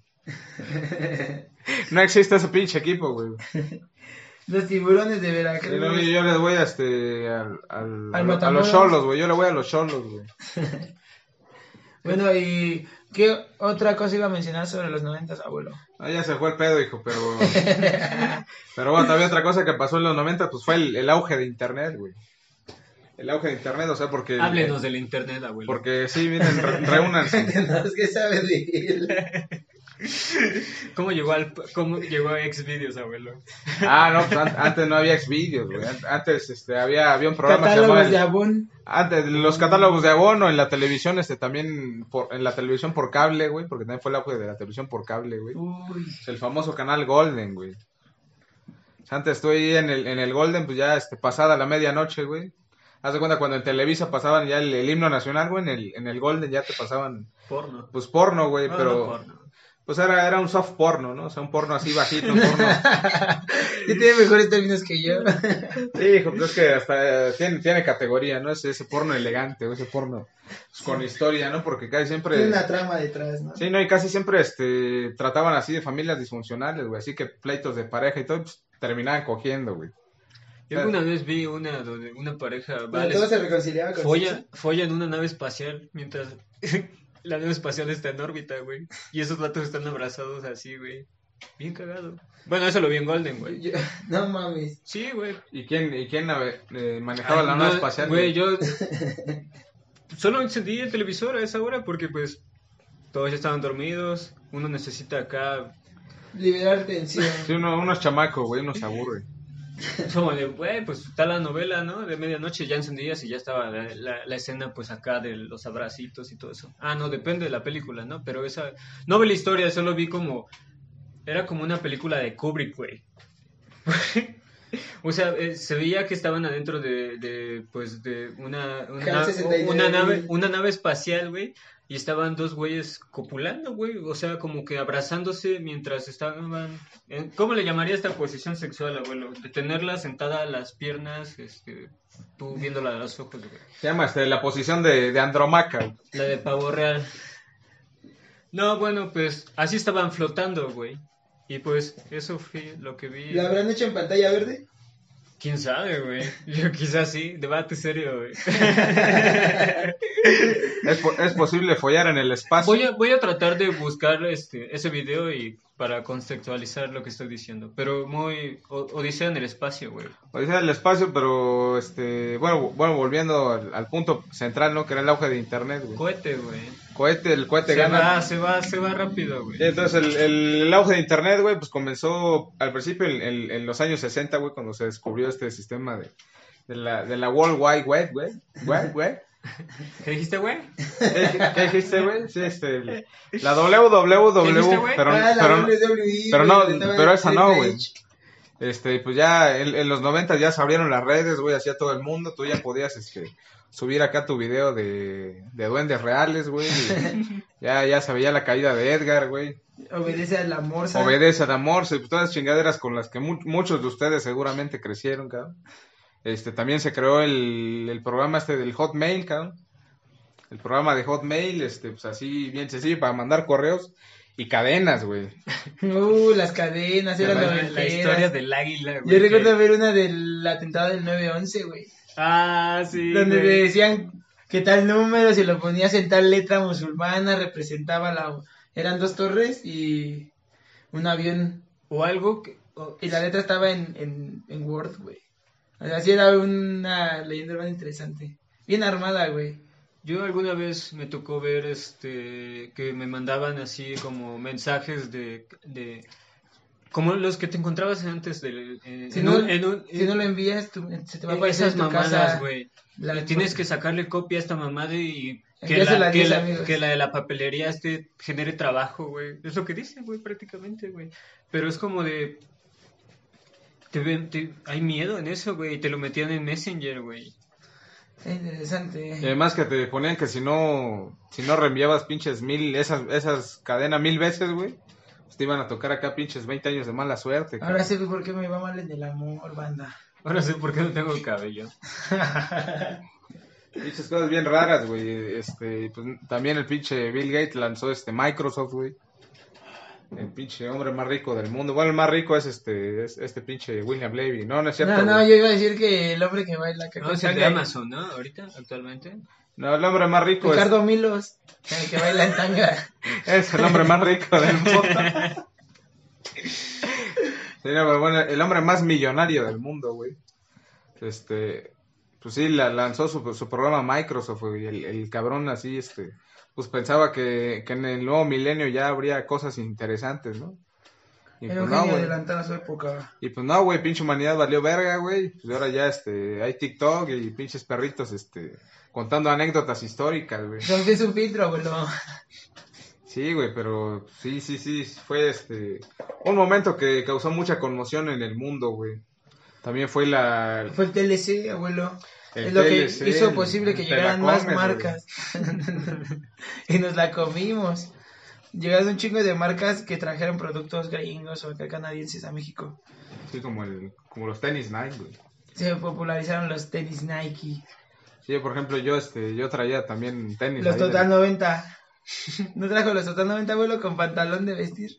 No existe ese pinche equipo, güey. Los Tiburones de Veracruz. Yo les voy a los Xolos, güey. Yo le voy a los Xolos, güey. Bueno, ¿y qué otra cosa iba a mencionar sobre los 90, abuelo? Ya se fue el pedo, hijo, pero... Pero bueno, también otra cosa que pasó en los 90, pues fue el auge de internet, güey. El auge de internet, o sea, porque... Háblenos del internet, abuelo. Porque sí, miren, reúnanse. ¿Qué sabes de él? ¿Cómo llegó a Xvideos, abuelo? No, pues antes no había Xvideos, güey. Antes había un programa que se Catálogos llamaba... de Avon. Antes, los catálogos de Avon, o en la televisión, también, en la televisión por cable, güey, porque también fue el auge de la televisión por cable, güey. Uy. El famoso canal Golden, güey. Antes estoy en el Golden, pues ya pasada la medianoche, güey. Haz de cuenta cuando en Televisa pasaban ya el himno nacional, güey, en el Golden ya te pasaban... Porno. Pues porno, güey, No, pero... no porno. Pues era un soft porno, ¿no? O sea, un porno así bajito, un porno... Sí tiene mejores términos que yo. Sí, hijo, pues es que hasta tiene categoría, ¿no? Ese porno elegante, ese porno pues, con historia, ¿no? Porque casi siempre... Tiene una trama detrás, ¿no? Sí, no, y casi siempre trataban así de familias disfuncionales, güey. Así que pleitos de pareja y todo, pues, terminaban cogiendo, güey. Yo alguna vez vi una donde una pareja todo se reconciliaba con folla en una nave espacial mientras la nave espacial está en órbita, güey. Y esos vatos están abrazados así, güey. Bien cagado. Bueno, eso lo vi en Golden, güey. No mames. Sí, güey. ¿Y quién manejaba la nave espacial? Güey, yo solo encendí el televisor a esa hora porque pues todos ya estaban dormidos. Uno necesita acá liberar tensión. Sí, uno es chamaco, güey, uno se aburre. Como de, güey, pues está la novela, ¿no? De medianoche ya encendías y ya estaba la escena, pues acá de los abracitos y todo eso. No, depende de la película, ¿no? Pero esa, no vi la historia, solo vi como, era como una película de Kubrick, güey. O sea, se veía que estaban adentro de una nave espacial, güey. Y estaban dos güeyes copulando, güey. O sea, como que abrazándose mientras estaban... ¿Cómo le llamaría esta posición sexual, abuelo? De tenerla sentada a las piernas, tú viéndola a los ojos, güey. Se llama la posición de Andromaca. La de pavo real. No, bueno, pues así estaban flotando, güey. Y pues eso fue lo que vi. ¿La habrán hecho en pantalla verde? ¿Quién sabe, güey? Yo quizás sí. Debate serio, güey. ¿Es posible follar en el espacio? Voy a tratar de buscar ese video y para contextualizar lo que estoy diciendo. Pero muy... Odisea en el espacio, güey. Odisea en el espacio, pero... Bueno, volviendo al punto central, ¿no? Que era el auge de internet, güey. Cohete, güey. El cohete gana. Se va rápido, güey. Sí, entonces el auge de internet, güey, pues comenzó al principio en los años 60, güey, cuando se descubrió este sistema de la World Wide Web, güey. ¿Qué dijiste, güey? ¿Qué dijiste, güey? Sí, la www, pero esa no, güey. Pues ya en los 90 ya se abrieron las redes, güey, hacia todo el mundo, tú ya podías, subir acá tu video de duendes reales, güey, ya se veía la caída de Edgar, güey. Obedece al amor, pues todas las chingaderas con las que muchos de ustedes seguramente crecieron, cabrón. También se creó el programa del Hotmail, cabrón. El programa de Hotmail, pues así bien sencillo para mandar correos y cadenas, güey. Las cadenas eran la historia del águila, güey. Yo recuerdo ver una del atentado del 9/11, güey. Sí. Donde te decían que tal número, si lo ponías en tal letra musulmana, representaba eran 2 torres y un avión. O algo y la letra estaba en Word, güey. O sea, sí era una leyenda urbana interesante. Bien armada, güey. Yo alguna vez me tocó ver que me mandaban así como mensajes de como los que te encontrabas antes del si no lo envías se te va a aparecer esas en tu mamadas, casa, güey. Tienes que sacarle copia a esta mamada y que la de la papelería genere trabajo, güey. Es lo que dice, güey, prácticamente, güey. Pero es como de hay miedo en eso, güey. Te lo metían en Messenger, güey. Es interesante. Y además que te ponían que si no reenviabas pinches esas cadenas 1000 veces, güey, pues te iban a tocar acá pinches 20 años de mala suerte. Ahora sé por qué me va mal en el amor, banda. Ahora sé por qué no tengo cabello. Pinches cosas bien raras, güey. Pues, también el pinche Bill Gates lanzó Microsoft, güey. El pinche hombre más rico del mundo. Bueno, el más rico es este pinche William Levy. No, no es cierto. No, güey. yo iba a decir que el hombre que baila que No, es el de Amazon, ¿no? Ahorita, actualmente. No, el hombre más rico Ricardo Milos, el que baila en tanga. es el hombre más rico del mundo. Sí, no, pero bueno, el hombre más millonario del mundo, güey. Pues sí, lanzó su programa Microsoft, güey. El cabrón así, pues pensaba que en el nuevo milenio ya habría cosas interesantes, ¿no? Y Era pues un no, genio güey. adelantado a su época. Y pues no, güey, pinche humanidad valió verga, güey. Pues ahora ya, hay TikTok y pinches perritos, contando anécdotas históricas, güey. Eso es un filtro, abuelo. Sí, güey, pero sí, fue un momento que causó mucha conmoción en el mundo, güey. También fue Fue el TLC, abuelo. el Es lo que TLC, hizo posible que te la llegaran más comes, marcas. Y nos la comimos. Llegaron un chingo de marcas que trajeron productos gringos o acá canadienses a México. Sí, como los tenis Nike, güey. Se popularizaron los tenis Nike. Sí, por ejemplo, yo traía también tenis. Los ahí Total 90. ¿No trajo los Total 90, abuelo, con pantalón de vestir?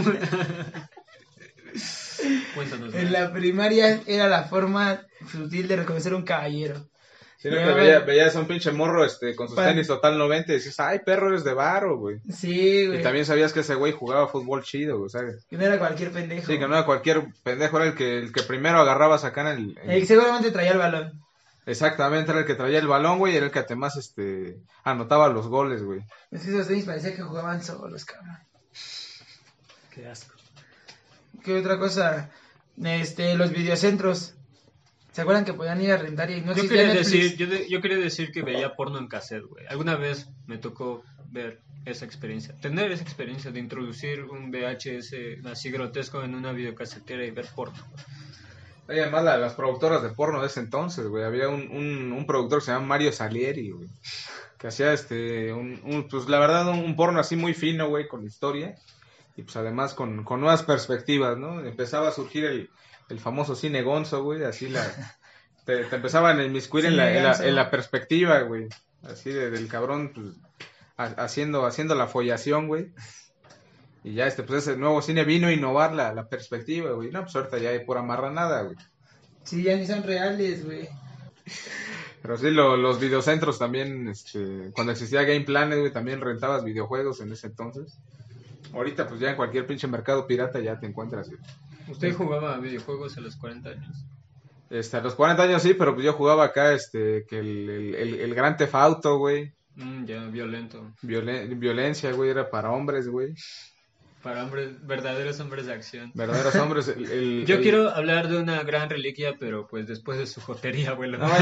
Cuéntanos. En la primaria era la forma sutil de reconocer un caballero. Sí, no, que Llevaban- veías a un pinche morro con sus Pan- tenis Total 90 y dices, ay, perro, eres de varo, güey. Sí, güey. Y también sabías que ese güey jugaba fútbol chido, güey, ¿sabes? Que no era cualquier pendejo. Sí, que no era cualquier pendejo, era el que primero agarrabas acá en el... El que seguramente traía el balón. Exactamente, era el que traía el balón, güey, y era el que además, anotaba los goles, güey. Es que esos tenis parecía que jugaban solos, cabrón. Qué asco. ¿Qué otra cosa? Los videocentros. ¿Se acuerdan que podían ir a rentar y no Yo existía quería Netflix? decir, yo quería decir que veía porno en cassette, güey. Alguna vez me tocó ver esa experiencia, tener esa experiencia de introducir un VHS así grotesco en una videocasetera y ver porno. Oye, además las productoras de porno de ese entonces, güey, había un productor que se llama Mario Salieri, güey, que hacía pues la verdad un porno así muy fino, güey, con historia, y pues además con nuevas perspectivas, ¿no? Empezaba a surgir el famoso cine gonzo, güey, así te empezaban a inmiscuir en la perspectiva, güey, así del cabrón, pues, haciendo la follación, güey. Y ya pues ese nuevo cine vino a innovar la perspectiva, güey. No, pues ahorita ya hay pura marranada, güey. Sí, ya ni son reales, güey. Pero sí, los videocentros también, cuando existía Game Planet, güey, también rentabas videojuegos en ese entonces. Ahorita, pues ya en cualquier pinche mercado pirata ya te encuentras, güey. ¿Usted jugaba videojuegos a los 40 años? A los 40 años sí, pero pues yo jugaba acá, que el Grand Theft Auto, güey. Ya, violento. Violencia, güey, era para hombres, güey. Para hombres, verdaderos hombres de acción. Verdaderos hombres. Quiero hablar de una gran reliquia, pero pues después de su jotería, abuelo. No,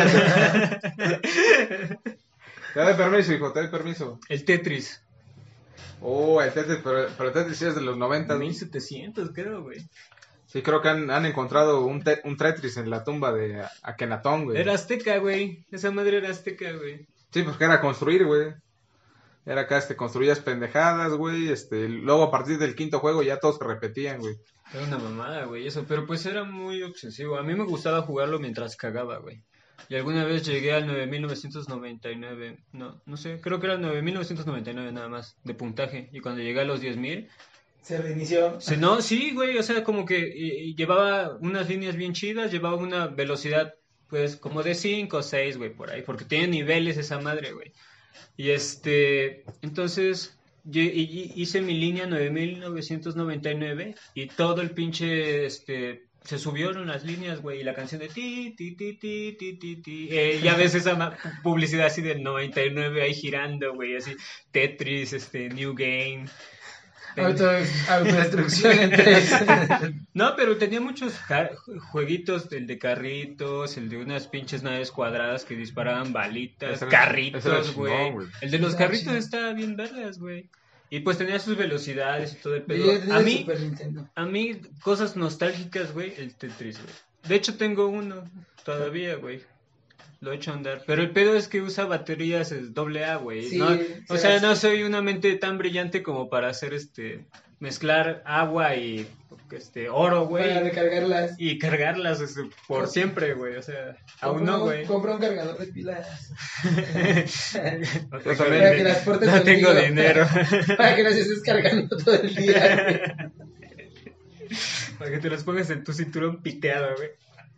te doy permiso, hijo, te doy permiso. El Tetris. Oh, el Tetris, pero el Tetris sí es de los 90. 1700, creo, güey. Sí, creo que han encontrado un Tetris en la tumba de Akenatón, güey. Era azteca, güey. Esa madre era azteca, güey. Sí, pues que era construir, güey. Era acá, construías pendejadas, güey. Luego a partir del quinto juego ya todos se repetían, güey. Era una mamada, güey, eso. Pero pues era muy obsesivo. A mí me gustaba jugarlo mientras cagaba, güey. Y alguna vez llegué al 9.999. No sé, creo que era 9.999 nada más de puntaje. Y cuando llegué a los 10.000... Se reinició. No, sí, güey, o sea, como que llevaba unas líneas bien chidas, llevaba una velocidad, pues, como de 5 o 6, güey, por ahí, porque tiene niveles esa madre, güey. Y entonces, yo hice mi línea 9.999 y todo el pinche, se subieron las líneas, güey, y la canción de ti, ti, ti, ti, ti, ti, ti. Ya ves esa publicidad así del 99 ahí girando, güey, así, Tetris, New Game... Autodestrucción en 3. No, pero tenía muchos jueguitos, el de carritos, el de unas pinches naves cuadradas que disparaban balitas, ese carritos, era güey. chingón, güey. El de los Era carritos chingón. estaba bien vergas, güey. Y pues tenía sus velocidades y todo el pedo. Yo tenía A el mí, Super Nintendo. a mí, cosas nostálgicas, güey, el Tetris, güey. De hecho, tengo uno todavía, güey. Lo he hecho andar. Pero el pedo es que usa baterías AA, güey. Sí, ¿no? sí, O sea, sí. no soy una mente tan brillante como para hacer mezclar agua y oro, güey. Para recargarlas. Y cargarlas por siempre, güey. O sea, aún no, güey. Compra un cargador de pilas. No Para que las portes no tengo conmigo. dinero. Para que las estés cargando todo el día. Para que te las pongas en tu cinturón piteado, güey.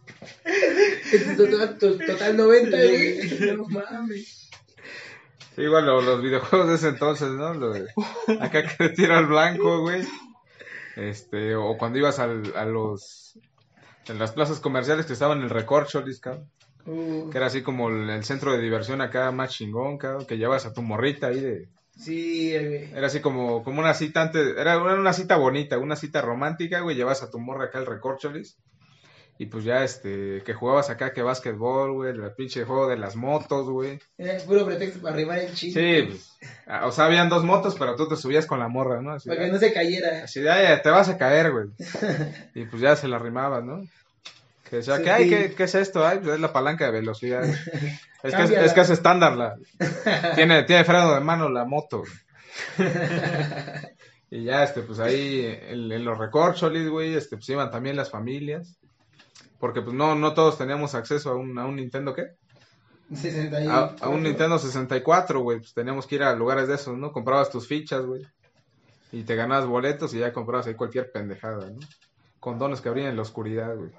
Total 90, güey. No mames. Sí, igual los videojuegos de ese entonces, ¿no? Acá que te tira al blanco, güey. O cuando ibas en las plazas comerciales que estaban en el Recorcholis, cabrón. Que era así como el centro de diversión acá más chingón, cabrón, que llevas a tu morrita ahí de... Sí, güey. Era así como una cita antes, era una cita bonita, una cita romántica, güey, llevas a tu morra acá al Recorcholis. Y pues ya, que jugabas acá, que básquetbol, güey, el pinche juego de las motos, güey. Era puro pretexto para arribar el chiste. Sí, pues, o sea, habían 2 motos, pero tú te subías con la morra, ¿no? Así, Para que no se cayera. así de, ay, te vas a caer, güey. Y pues ya se la arrimabas, ¿no? Que decía, Sí. que, ay, ¿qué es esto? Ay, pues es la palanca de velocidad. Cámbiala. Es que es estándar, tiene freno de mano la moto, güey. Y ya, pues ahí, en los Recorcholis, güey, pues iban también las familias. Porque pues no todos teníamos acceso a un Nintendo, ¿qué? 64. A un Nintendo 64, güey. Pues teníamos que ir a lugares de esos, ¿no? Comprabas tus fichas, güey. Y te ganabas boletos y ya comprabas ahí cualquier pendejada, ¿no? Condones que abrían en la oscuridad, güey.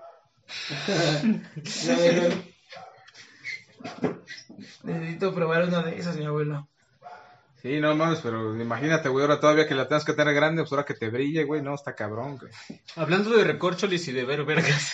Necesito probar uno de esos, mi abuelo. Sí, no mames, pero imagínate, güey, ahora todavía que la tengas que tener grande, pues ahora que te brille, güey, no, está cabrón, güey. Hablando de Recorcholis y de ver vergas.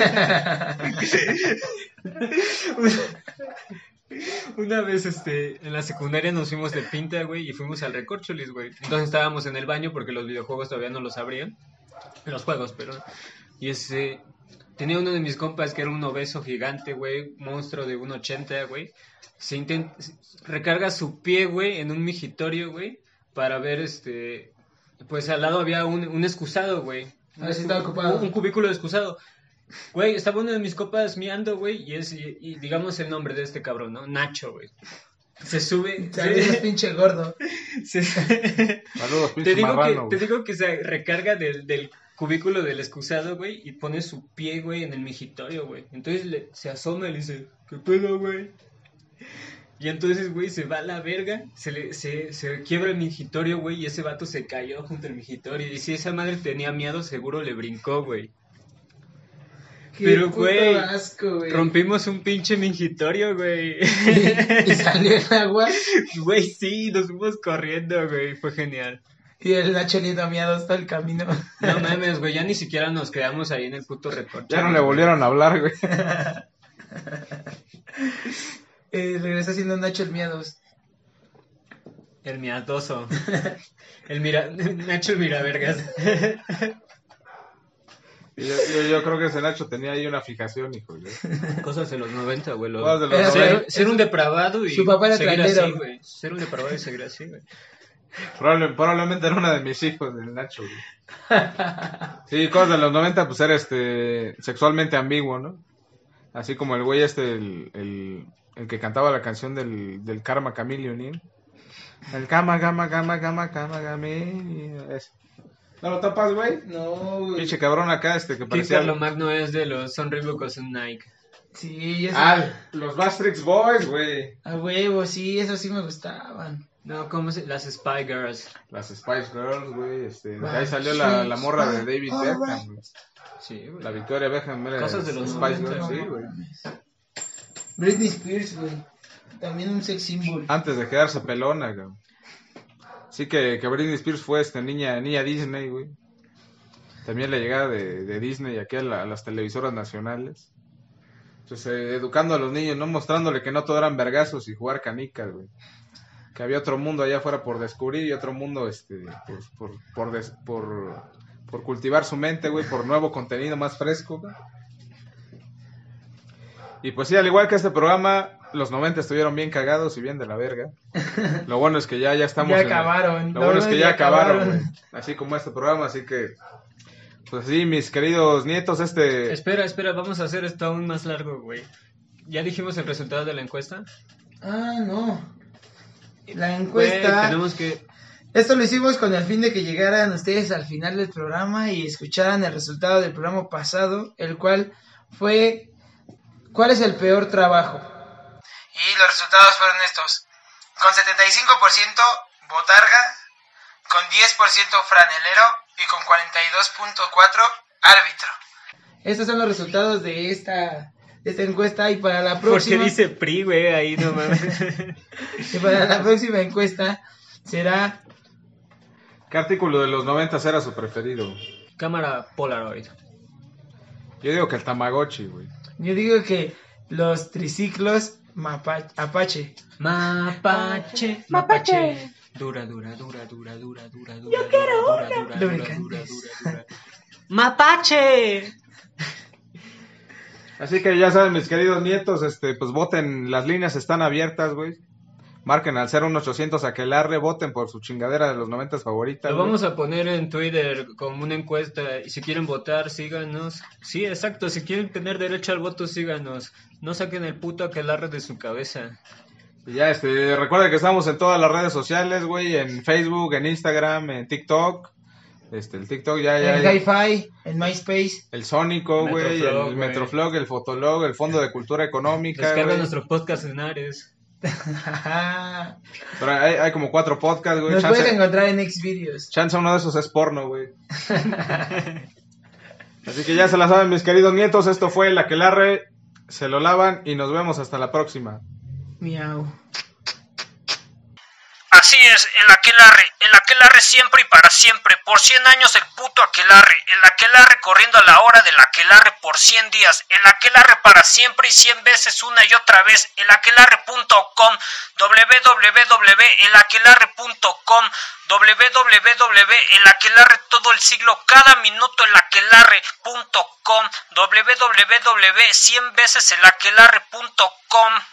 Una vez, en la secundaria nos fuimos de pinta, güey, y fuimos al Recorcholis, güey. Entonces estábamos en el baño porque los videojuegos todavía no los abrían. Los juegos, pero... Y tenía uno de mis compas que era un obeso gigante, güey, monstruo de 1.80, güey. Recarga su pie, güey, en un migitorio, güey, para ver, pues al lado había un excusado, güey. A ver si estaba ocupado. Un cubículo de excusado. Güey, estaba uno de mis compas miando, güey, y digamos el nombre de este cabrón, ¿no? Nacho, güey. Se sube. Saludos, pinche gordo. Saludos, pinche marrano, te güey. digo que se recarga del cubículo del excusado, güey, y pone su pie, güey, en el migitorio, güey. Entonces se asoma y le dice, ¿qué pedo, güey? Y entonces, güey, se va a la verga, se quiebra el migitorio, güey, y ese vato se cayó junto al migitorio. Y si esa madre tenía miedo, seguro le brincó, güey. Pero, puto güey, asco, güey. rompimos un pinche mingitorio, güey. ¿Y salió el agua? Güey, sí, nos fuimos corriendo, güey. Fue genial. Y el Nacho lindo miados todo el camino. No mames, güey, ya ni siquiera nos quedamos ahí en el puto recorte. Ya no le volvieron a hablar, güey. Regresa siendo Nacho el miados. El miadoso. Nacho el miravergas. Y yo creo que ese Nacho tenía ahí una fijación, hijo, güey. Cosas de los 90, güey. Cosas de los 90. Ser un depravado y Su papá era seguir trailero. así, güey. Ser un depravado y seguir así, güey. Probablemente era una de mis hijos, del Nacho, güey. Sí, cosas de los 90, pues era sexualmente ambiguo, ¿no? Así como el güey el que cantaba la canción del Karma Chameleon, el Kama Gama Gama Gama Kama Chameleon. ¿No lo tapas, güey? No, güey. Pinche cabrón acá, que King parecía... Carlo Magno es de los Son Reebok and Nike. Sí, eso. Los Bastrix Boys, güey. A huevo, sí, esos sí me gustaban. No, ¿cómo se...? Las Spy Girls. Las Spice Girls, güey. De ahí salió la morra de David Beckham, güey. Sí, güey. La Victoria Beckham era Cosas de los Spice 90, Girls, sí, no güey. mames. Britney Spears, güey. También un sex symbol. Antes de quedarse pelona, güey. Sí que Britney Spears fue niña Disney, güey. También la llegada de Disney aquí a las televisoras nacionales. Entonces, educando a los niños, no mostrándole que no todo eran vergazos y jugar canicas, güey. Que había otro mundo allá afuera por descubrir y otro mundo, pues, por cultivar su mente, güey, por nuevo contenido más fresco, güey. Y pues sí, al igual que este programa, los 90 estuvieron bien cagados y bien de la verga. Lo bueno es que ya estamos... Ya acabaron. Lo bueno es que ya acabaron, güey. acabaron. Así como este programa, así que... Pues sí, mis queridos nietos, Espera, vamos a hacer esto aún más largo, güey. ¿Ya dijimos el resultado de la encuesta? Ah, no. La Güey, encuesta tenemos que... Esto lo hicimos con el fin de que llegaran ustedes al final del programa y escucharan el resultado del programa pasado, el cual fue ¿cuál es el peor trabajo? Y los resultados fueron estos. Con 75% botarga, con 10% franelero y con 42.4% árbitro. Estos son los resultados de esta encuesta y para la próxima... Porque dice PRI, güey, ahí no mames. Y para la próxima encuesta será... ¿Qué artículo de los 90 era su preferido? Cámara Polaroid. Yo digo que el Tamagotchi, güey. Yo digo que los triciclos Apache. Mapache. Dura. Yo quiero una. Lubricantes. Mapache. Así que ya saben, mis queridos nietos, pues voten, las líneas están abiertas, güey. Marquen al 01800 Aquelarre, voten por su chingadera de los 90 favoritas. Lo güey. vamos a poner en Twitter como una encuesta y si quieren votar, síganos. Sí, exacto, si quieren tener derecho al voto, síganos. No saquen el puto Aquelarre de su cabeza. Y ya, recuerden que estamos en todas las redes sociales, güey, en Facebook, en Instagram, en TikTok. El TikTok ya. En Hi-Fi, en MySpace. El Sónico, güey, el Metroflog, el Fotolog, el Fondo de Cultura Económica. Descarga nuestro podcast en Ares. Pero hay como 4 podcasts, güey. Nos puedes encontrar en Xvideos. Chance uno de esos es porno, güey. Así que ya se la saben, mis queridos nietos. Esto fue el Aquelarre. Se lo lavan y nos vemos hasta la próxima. Miau. Así es, el Aquelarre siempre y para siempre, por 100 años el puto Aquelarre, el Aquelarre corriendo a la hora del Aquelarre por 100 días, el Aquelarre para siempre y 100 veces una y otra vez, elaquelarre.com, www.elaquelarre.com, www.elaquelarre todo el siglo, cada minuto elaquelarre.com, www.100veceselaquelarre.com.